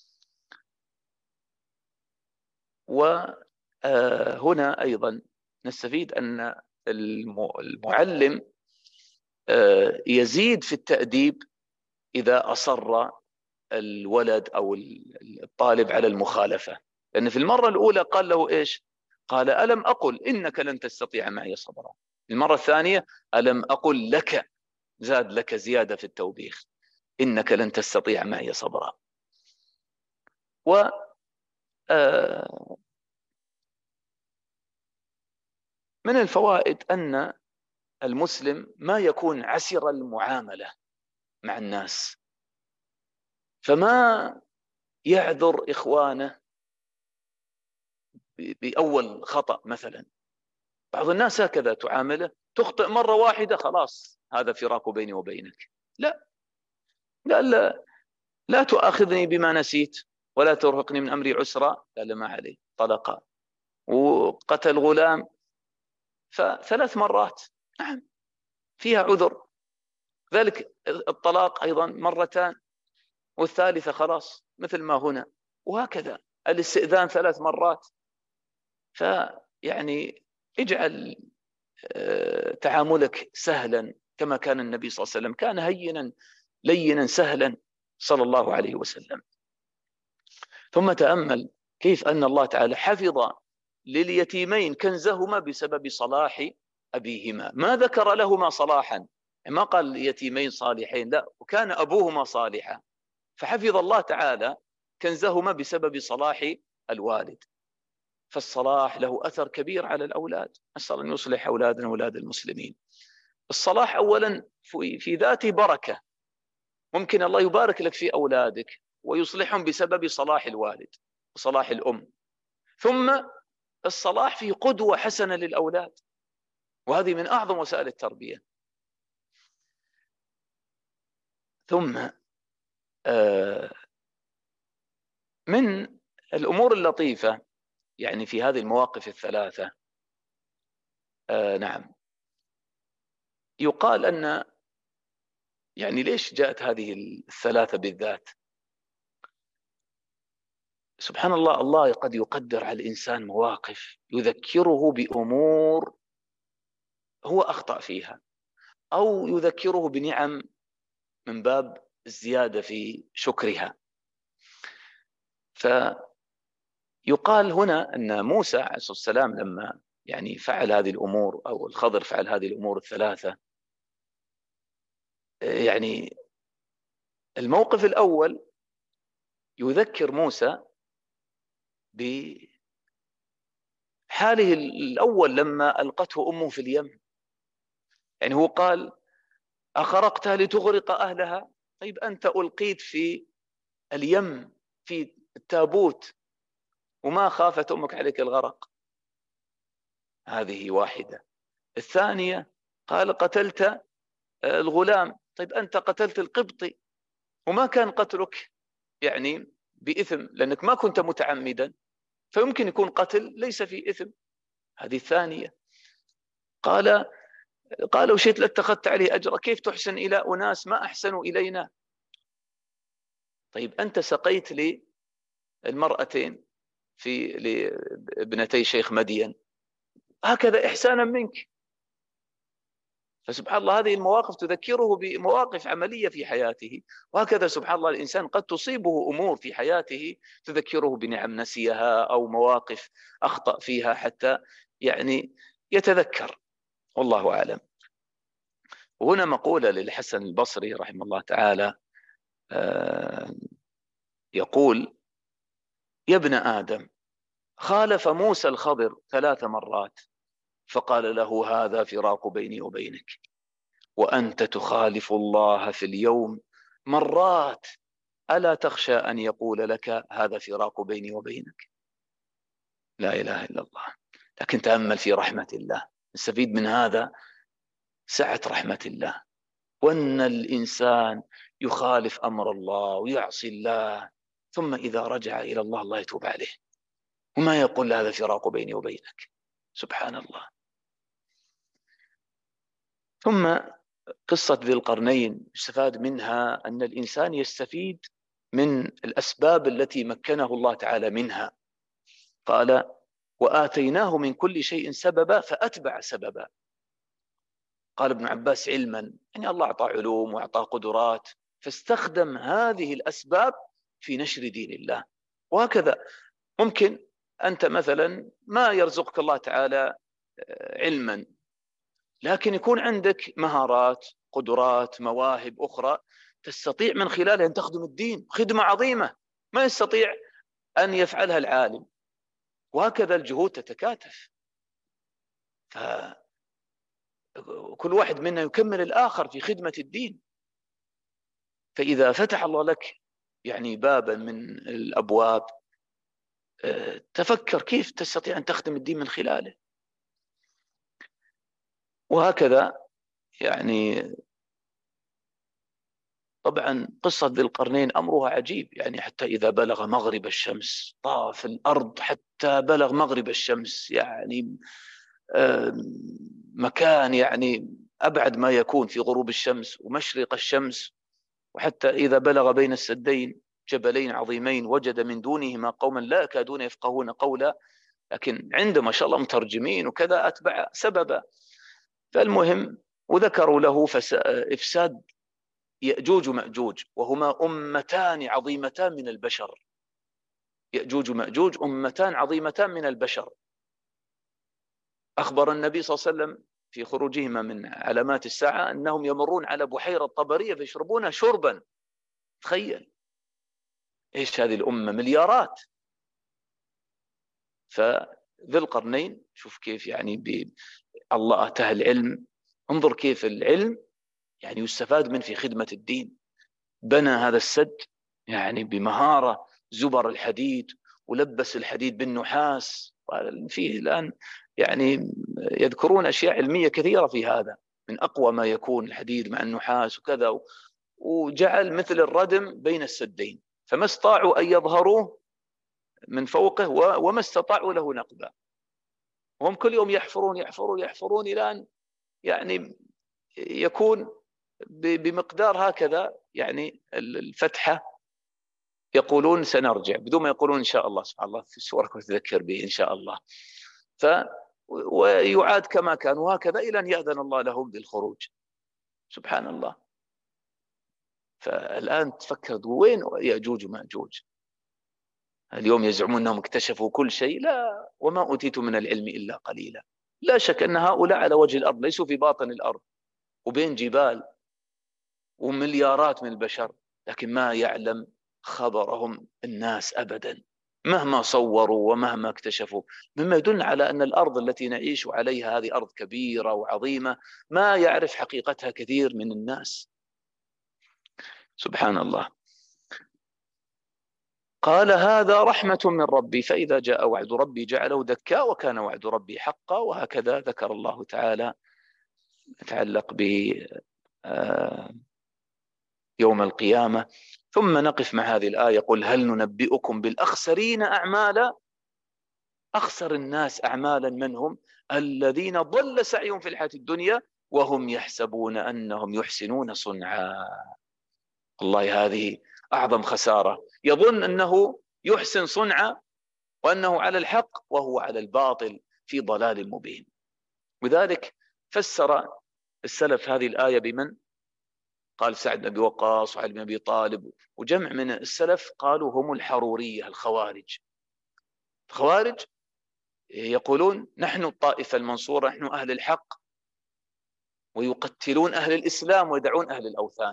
وهنا أيضا نستفيد أن المعلم يزيد في التأديب إذا أصر الولد أو الطالب على المخالفة. لأن في المرة الأولى قال له إيش؟ قال ألم أقل إنك لن تستطيع معي صبرا. المرة الثانية ألم أقل لك، زاد لك زيادة في التوبيخ، إنك لن تستطيع معي صبرا. و من الفوائد أن المسلم ما يكون عسر المعاملة مع الناس، فما يعذر إخوانه بأول خطأ. مثلا بعض الناس هكذا تعامله، تخطئ مرة واحدة خلاص هذا فراق بيني وبينك. لا، لا، لا تؤاخذني بما نسيت ولا ترهقني من أمري عسرا. لا ما عليه، طلقا. وقتل غلام ف3 مرات، نعم فيها عذر. ذلك الطلاق أيضا مرتان، والثالثة خلاص مثل ما هنا. وهكذا الاستئذان 3 مرات. فيعني اجعل تعاملك سهلا كما كان النبي صلى الله عليه وسلم، كان هينا لينا سهلا صلى الله عليه وسلم. ثم تأمل كيف أن الله تعالى حفظ لليتيمين كنزهما بسبب صلاح أبيهما. ما ذكر لهما صلاحا، ما قال يتيمين صالحين، لا، وكان أبوهما صالحا، فحفظ الله تعالى كنزهما بسبب صلاح الوالد. فالصلاح له أثر كبير على الأولاد. نسأل أن يصلح أولادنا أولاد المسلمين. الصلاح أولا في ذاته بركة، ممكن الله يبارك لك في أولادك ويصلحهم بسبب صلاح الوالد وصلاح الأم، ثم الصلاح فيه قدوة حسنة للأولاد، وهذه من أعظم وسائل التربية. ثم من الأمور اللطيفة يعني في هذه المواقف الثلاثة، نعم، يقال أن يعني ليش جاءت هذه الثلاثة بالذات؟ سبحان الله، الله قد يقدر على الإنسان مواقف يذكره بأمور هو أخطأ فيها، أو يذكره بنعم من باب الزيادة في شكرها. فيقال هنا أن موسى عليه الصلاة والسلام لما يعني فعل هذه الأمور، أو الخضر فعل هذه الأمور الثلاثة، يعني الموقف الأول يذكر موسى بحاله الأول لما ألقته أمه في اليم. يعني هو قال: أخرقتها لتغرق أهلها؟ طيب أنت ألقيت في اليم في التابوت وما خافت أمك عليك الغرق. هذه واحدة. الثانية قال: قتلت الغلام. طيب أنت قتلت القبطي وما كان قتلك يعني بإثم، لأنك ما كنت متعمدا، فيمكن يكون قتل ليس فيه إثم. هذه الثانية. قال: لو شئت لاتخذت عليه أجرا، كيف تحسن إلى أناس ما أحسنوا إلينا؟ طيب أنت سقيت للمرأتين في لابنتي شيخ مدين، هكذا إحسانا منك. فسبحان الله هذه المواقف تذكره بمواقف عملية في حياته. وهكذا سبحان الله الإنسان قد تصيبه أمور في حياته تذكره بنعم نسيها أو مواقف أخطأ فيها حتى يعني يتذكر، والله أعلم. وهنا مقولة للحسن البصري رحمه الله تعالى، يقول: يا ابن آدم، خالف موسى الخضر 3 مرات فقال له: هذا فراق بيني وبينك، وأنت تخالف الله في اليوم مرات، ألا تخشى أن يقول لك هذا فراق بيني وبينك؟ لا إله إلا الله. لكن تأمل في رحمة الله، نستفيد من هذا سعة رحمة الله، وأن الإنسان يخالف أمر الله ويعصي الله، ثم إذا رجع إلى الله الله يتوب عليه وما يقول هذا فراق بيني وبينك. سبحان الله. ثم قصة ذي القرنين يستفاد منها أن الإنسان يستفيد من الأسباب التي مكنه الله تعالى منها. قال: وآتيناه من كل شيء سببا فأتبع سببا. قال ابن عباس: علما، يعني الله أعطى علوم وأعطى قدرات، فاستخدم هذه الأسباب في نشر دين الله. وهكذا ممكن أنت مثلا ما يرزقك الله تعالى علما، لكن يكون عندك مهارات، قدرات، مواهب أخرى تستطيع من خلالها أن تخدم الدين خدمة عظيمة ما يستطيع أن يفعلها العالم. وهكذا الجهود تتكاتف، فكل واحد منا يكمل الآخر في خدمة الدين. فإذا فتح الله لك يعني بابا من الأبواب، تفكر كيف تستطيع أن تخدم الدين من خلاله. وهكذا يعني طبعا قصة ذي القرنين أمرها عجيب، يعني حتى إذا بلغ مغرب الشمس طاف الأرض حتى بلغ مغرب الشمس، يعني مكان يعني أبعد ما يكون في غروب الشمس ومشرق الشمس. وحتى إذا بلغ بين السدين جبلين عظيمين وجد من دونهما قوما لا يكادون يفقهون قولا، لكن عنده ما شاء الله مترجمين وكذا أتبع سببا. فالمهم وذكروا له إفساد يأجوج ومأجوج، وهما أمتان عظيمتان من البشر. يأجوج ومأجوج أمتان عظيمتان من البشر. أخبر النبي صلى الله عليه وسلم في خروجهما من علامات الساعة أنهم يمرون على بحيرة طبرية فيشربونها شربا. تخيل إيش هذه الأمة، مليارات. فذي القرنين شوف كيف يعني الله أتاه العلم. انظر كيف العلم يعني يستفاد منه في خدمة الدين. بنى هذا السد يعني بمهارة، زبر الحديد ولبس الحديد بالنحاس. فيه الآن يعني يذكرون أشياء علمية كثيرة في هذا، من أقوى ما يكون الحديد مع النحاس وكذا، وجعل مثل الردم بين السدين، فما استطاعوا أن يظهروه من فوقه وما استطاعوا له نقبا. وهم كل يوم يحفرون يحفرون يحفرون إلى أن يعني يكون بمقدار هكذا، يعني الفتحة يقولون سنرجع بدون ما يقولون إن شاء الله. سبحان الله، في سورة تذكر به إن شاء الله. ويعاد كما كان، وهكذا إلى أن يأذن الله لهم بالخروج. سبحان الله. فالآن تفكر وين يأجوج ومأجوج؟ اليوم يزعمون أنهم اكتشفوا كل شيء. لا، وما أوتيتم من العلم إلا قليلا. لا شك أن هؤلاء على وجه الأرض، ليسوا في باطن الأرض وبين جبال ومليارات من البشر، لكن ما يعلم خبرهم الناس أبدا، مهما صوروا ومهما اكتشفوا. مما يدل على أن الأرض التي نعيش عليها هذه أرض كبيرة وعظيمة، ما يعرف حقيقتها كثير من الناس. سبحان الله. قال هذا رحمة من ربي فإذا جاء وعد ربي جعله دكا وكان وعد ربي حقا. وهكذا ذكر الله تعالى يتعلق ب يوم القيامة. ثم نقف مع هذه الآية: قل هل ننبئكم بالأخسرين أعمالا. أخسر الناس أعمالا من هم؟ الذين ضل سعيهم في الحياة الدنيا وهم يحسبون أنهم يحسنون صنعا. والله هذه أعظم خسارة، يظن أنه يحسن صنعا وأنه على الحق وهو على الباطل في ضلال مبين. وذلك فسر السلف هذه الآية بمن؟ قال سعد بن أبي وقاص وعلي بن أبي طالب وجمع من السلف قالوا هم الحرورية، الخوارج. الخوارج يقولون نحن الطائفة المنصورة، نحن أهل الحق، ويقتلون أهل الإسلام ويدعون أهل الأوثان.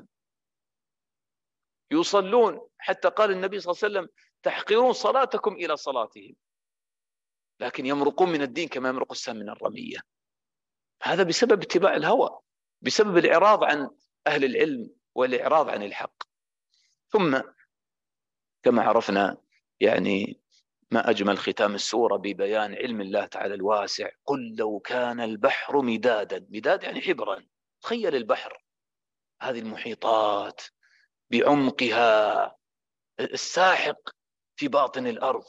يصلون، حتى قال النبي صلى الله عليه وسلم: تحقرون صلاتكم إلى صلاتهم، لكن يمرقون من الدين كما يمرق السهم من الرمية. هذا بسبب اتباع الهوى، بسبب الإعراض عن أهل العلم والإعراض عن الحق. ثم كما عرفنا يعني ما أجمل ختام السورة ببيان علم الله تعالى الواسع. قل لو كان البحر مدادا، مداد يعني حبرا. تخيل البحر، هذه المحيطات بعمقها الساحق في باطن الأرض،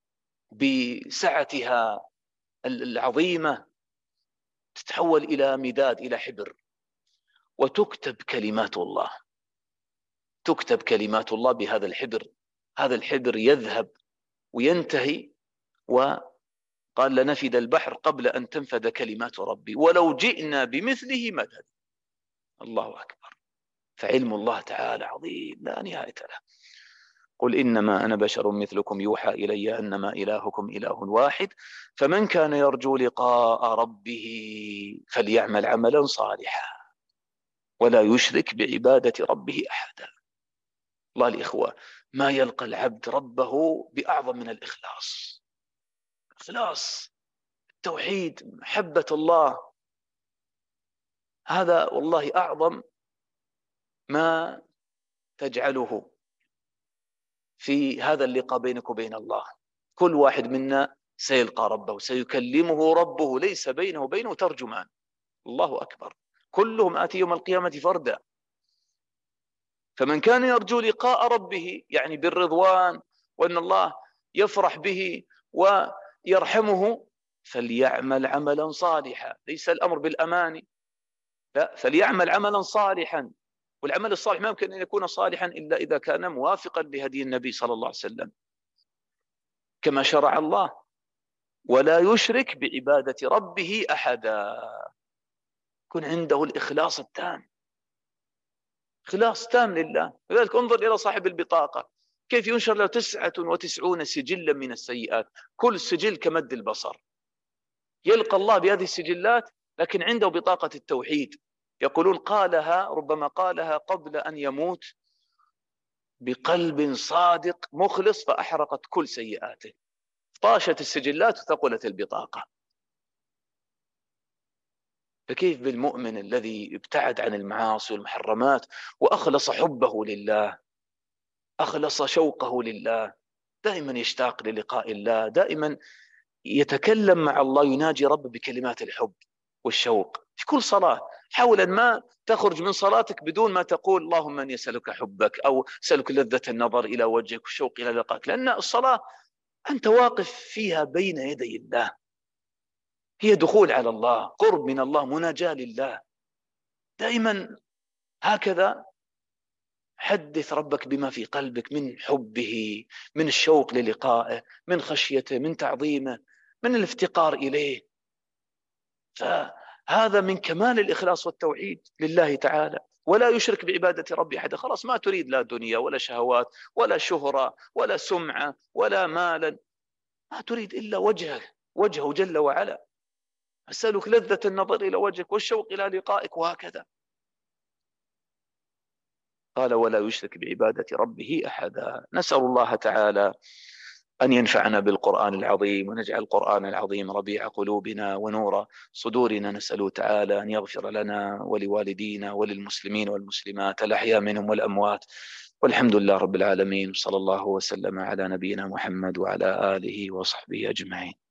بسعتها العظيمة، تتحول إلى مداد، إلى حبر، وتكتب كلمات الله. تكتب كلمات الله بهذا الحبر. هذا الحبر يذهب وينتهي، وقال لنفد البحر قبل أن تنفد كلمات ربي ولو جئنا بمثله مدد. الله أكبر. فعلم الله تعالى عظيم لا نهاية له. قل إنما أنا بشر مثلكم يوحى إلي أنما إلهكم إله واحد فمن كان يرجو لقاء ربه فليعمل عملا صالحا ولا يشرك بعبادة ربه أحدا. الله الإخوة، ما يلقى العبد ربه بأعظم من الإخلاص. إخلاص، التوحيد، محبة الله، هذا والله أعظم ما تجعله في هذا اللقاء بينك وبين الله. كل واحد منا سيلقى ربه، سيكلمه ربه، ليس بينه وبينه ترجمان. الله أكبر. كلهم آتي يوم القيامة فردا. فمن كان يرجو لقاء ربه يعني بالرضوان وأن الله يفرح به ويرحمه فليعمل عملا صالحا. ليس الأمر بالأماني، لا، فليعمل عملا صالحا. والعمل الصالح ما يمكن أن يكون صالحا إلا إذا كان موافقا لهدي النبي صلى الله عليه وسلم كما شرع الله. ولا يشرك بعبادة ربه أحدا. يكون عنده الإخلاص التام، إخلاص تام لله. لذلك انظر إلى صاحب البطاقة كيف ينشر له 99 سجلا من السيئات، كل سجل كمد البصر. يلقى الله بهذه السجلات لكن عنده بطاقة التوحيد. يقولون قالها، ربما قالها قبل أن يموت بقلب صادق مخلص فأحرقت كل سيئاته، طاشت السجلات وثقلت البطاقة. فكيف بالمؤمن الذي ابتعد عن المعاصي والمحرمات وأخلص حبه لله، أخلص شوقه لله، دائما يشتاق للقاء الله، دائما يتكلم مع الله، يناجي ربه بكلمات الحب والشوق في كل صلاة. حاول أن ما تخرج من صلاتك بدون ما تقول اللهم أني أسألك حبك، أو أسألك لذة النظر إلى وجهك والشوق إلى لقائك، لأن الصلاة أنت واقف فيها بين يدي الله، هي دخول على الله، قرب من الله، مناجاة لله. دائما هكذا حدث ربك بما في قلبك من حبه، من الشوق للقائه، من خشيته، من تعظيمه، من الافتقار إليه. فهذا من كمال الإخلاص والتوحيد لله تعالى، ولا يشرك بعبادة ربي أحدا. خلاص ما تريد لا دنيا ولا شهوات ولا شهرة ولا سمعة ولا مالا، ما تريد إلا وجهه جل وعلا. أسألك لذة النظر إلى وجهك والشوق إلى لقائك، وهكذا. قال ولا يشرك بعبادة ربه أحدا. نسأل الله تعالى أن ينفعنا بالقرآن العظيم، ونجعل القرآن العظيم ربيع قلوبنا ونور صدورنا. نسأله تعالى أن يغفر لنا ولوالدينا وللمسلمين والمسلمات الأحياء منهم والأموات، والحمد لله رب العالمين. صلى الله وسلم على نبينا محمد وعلى آله وصحبه أجمعين.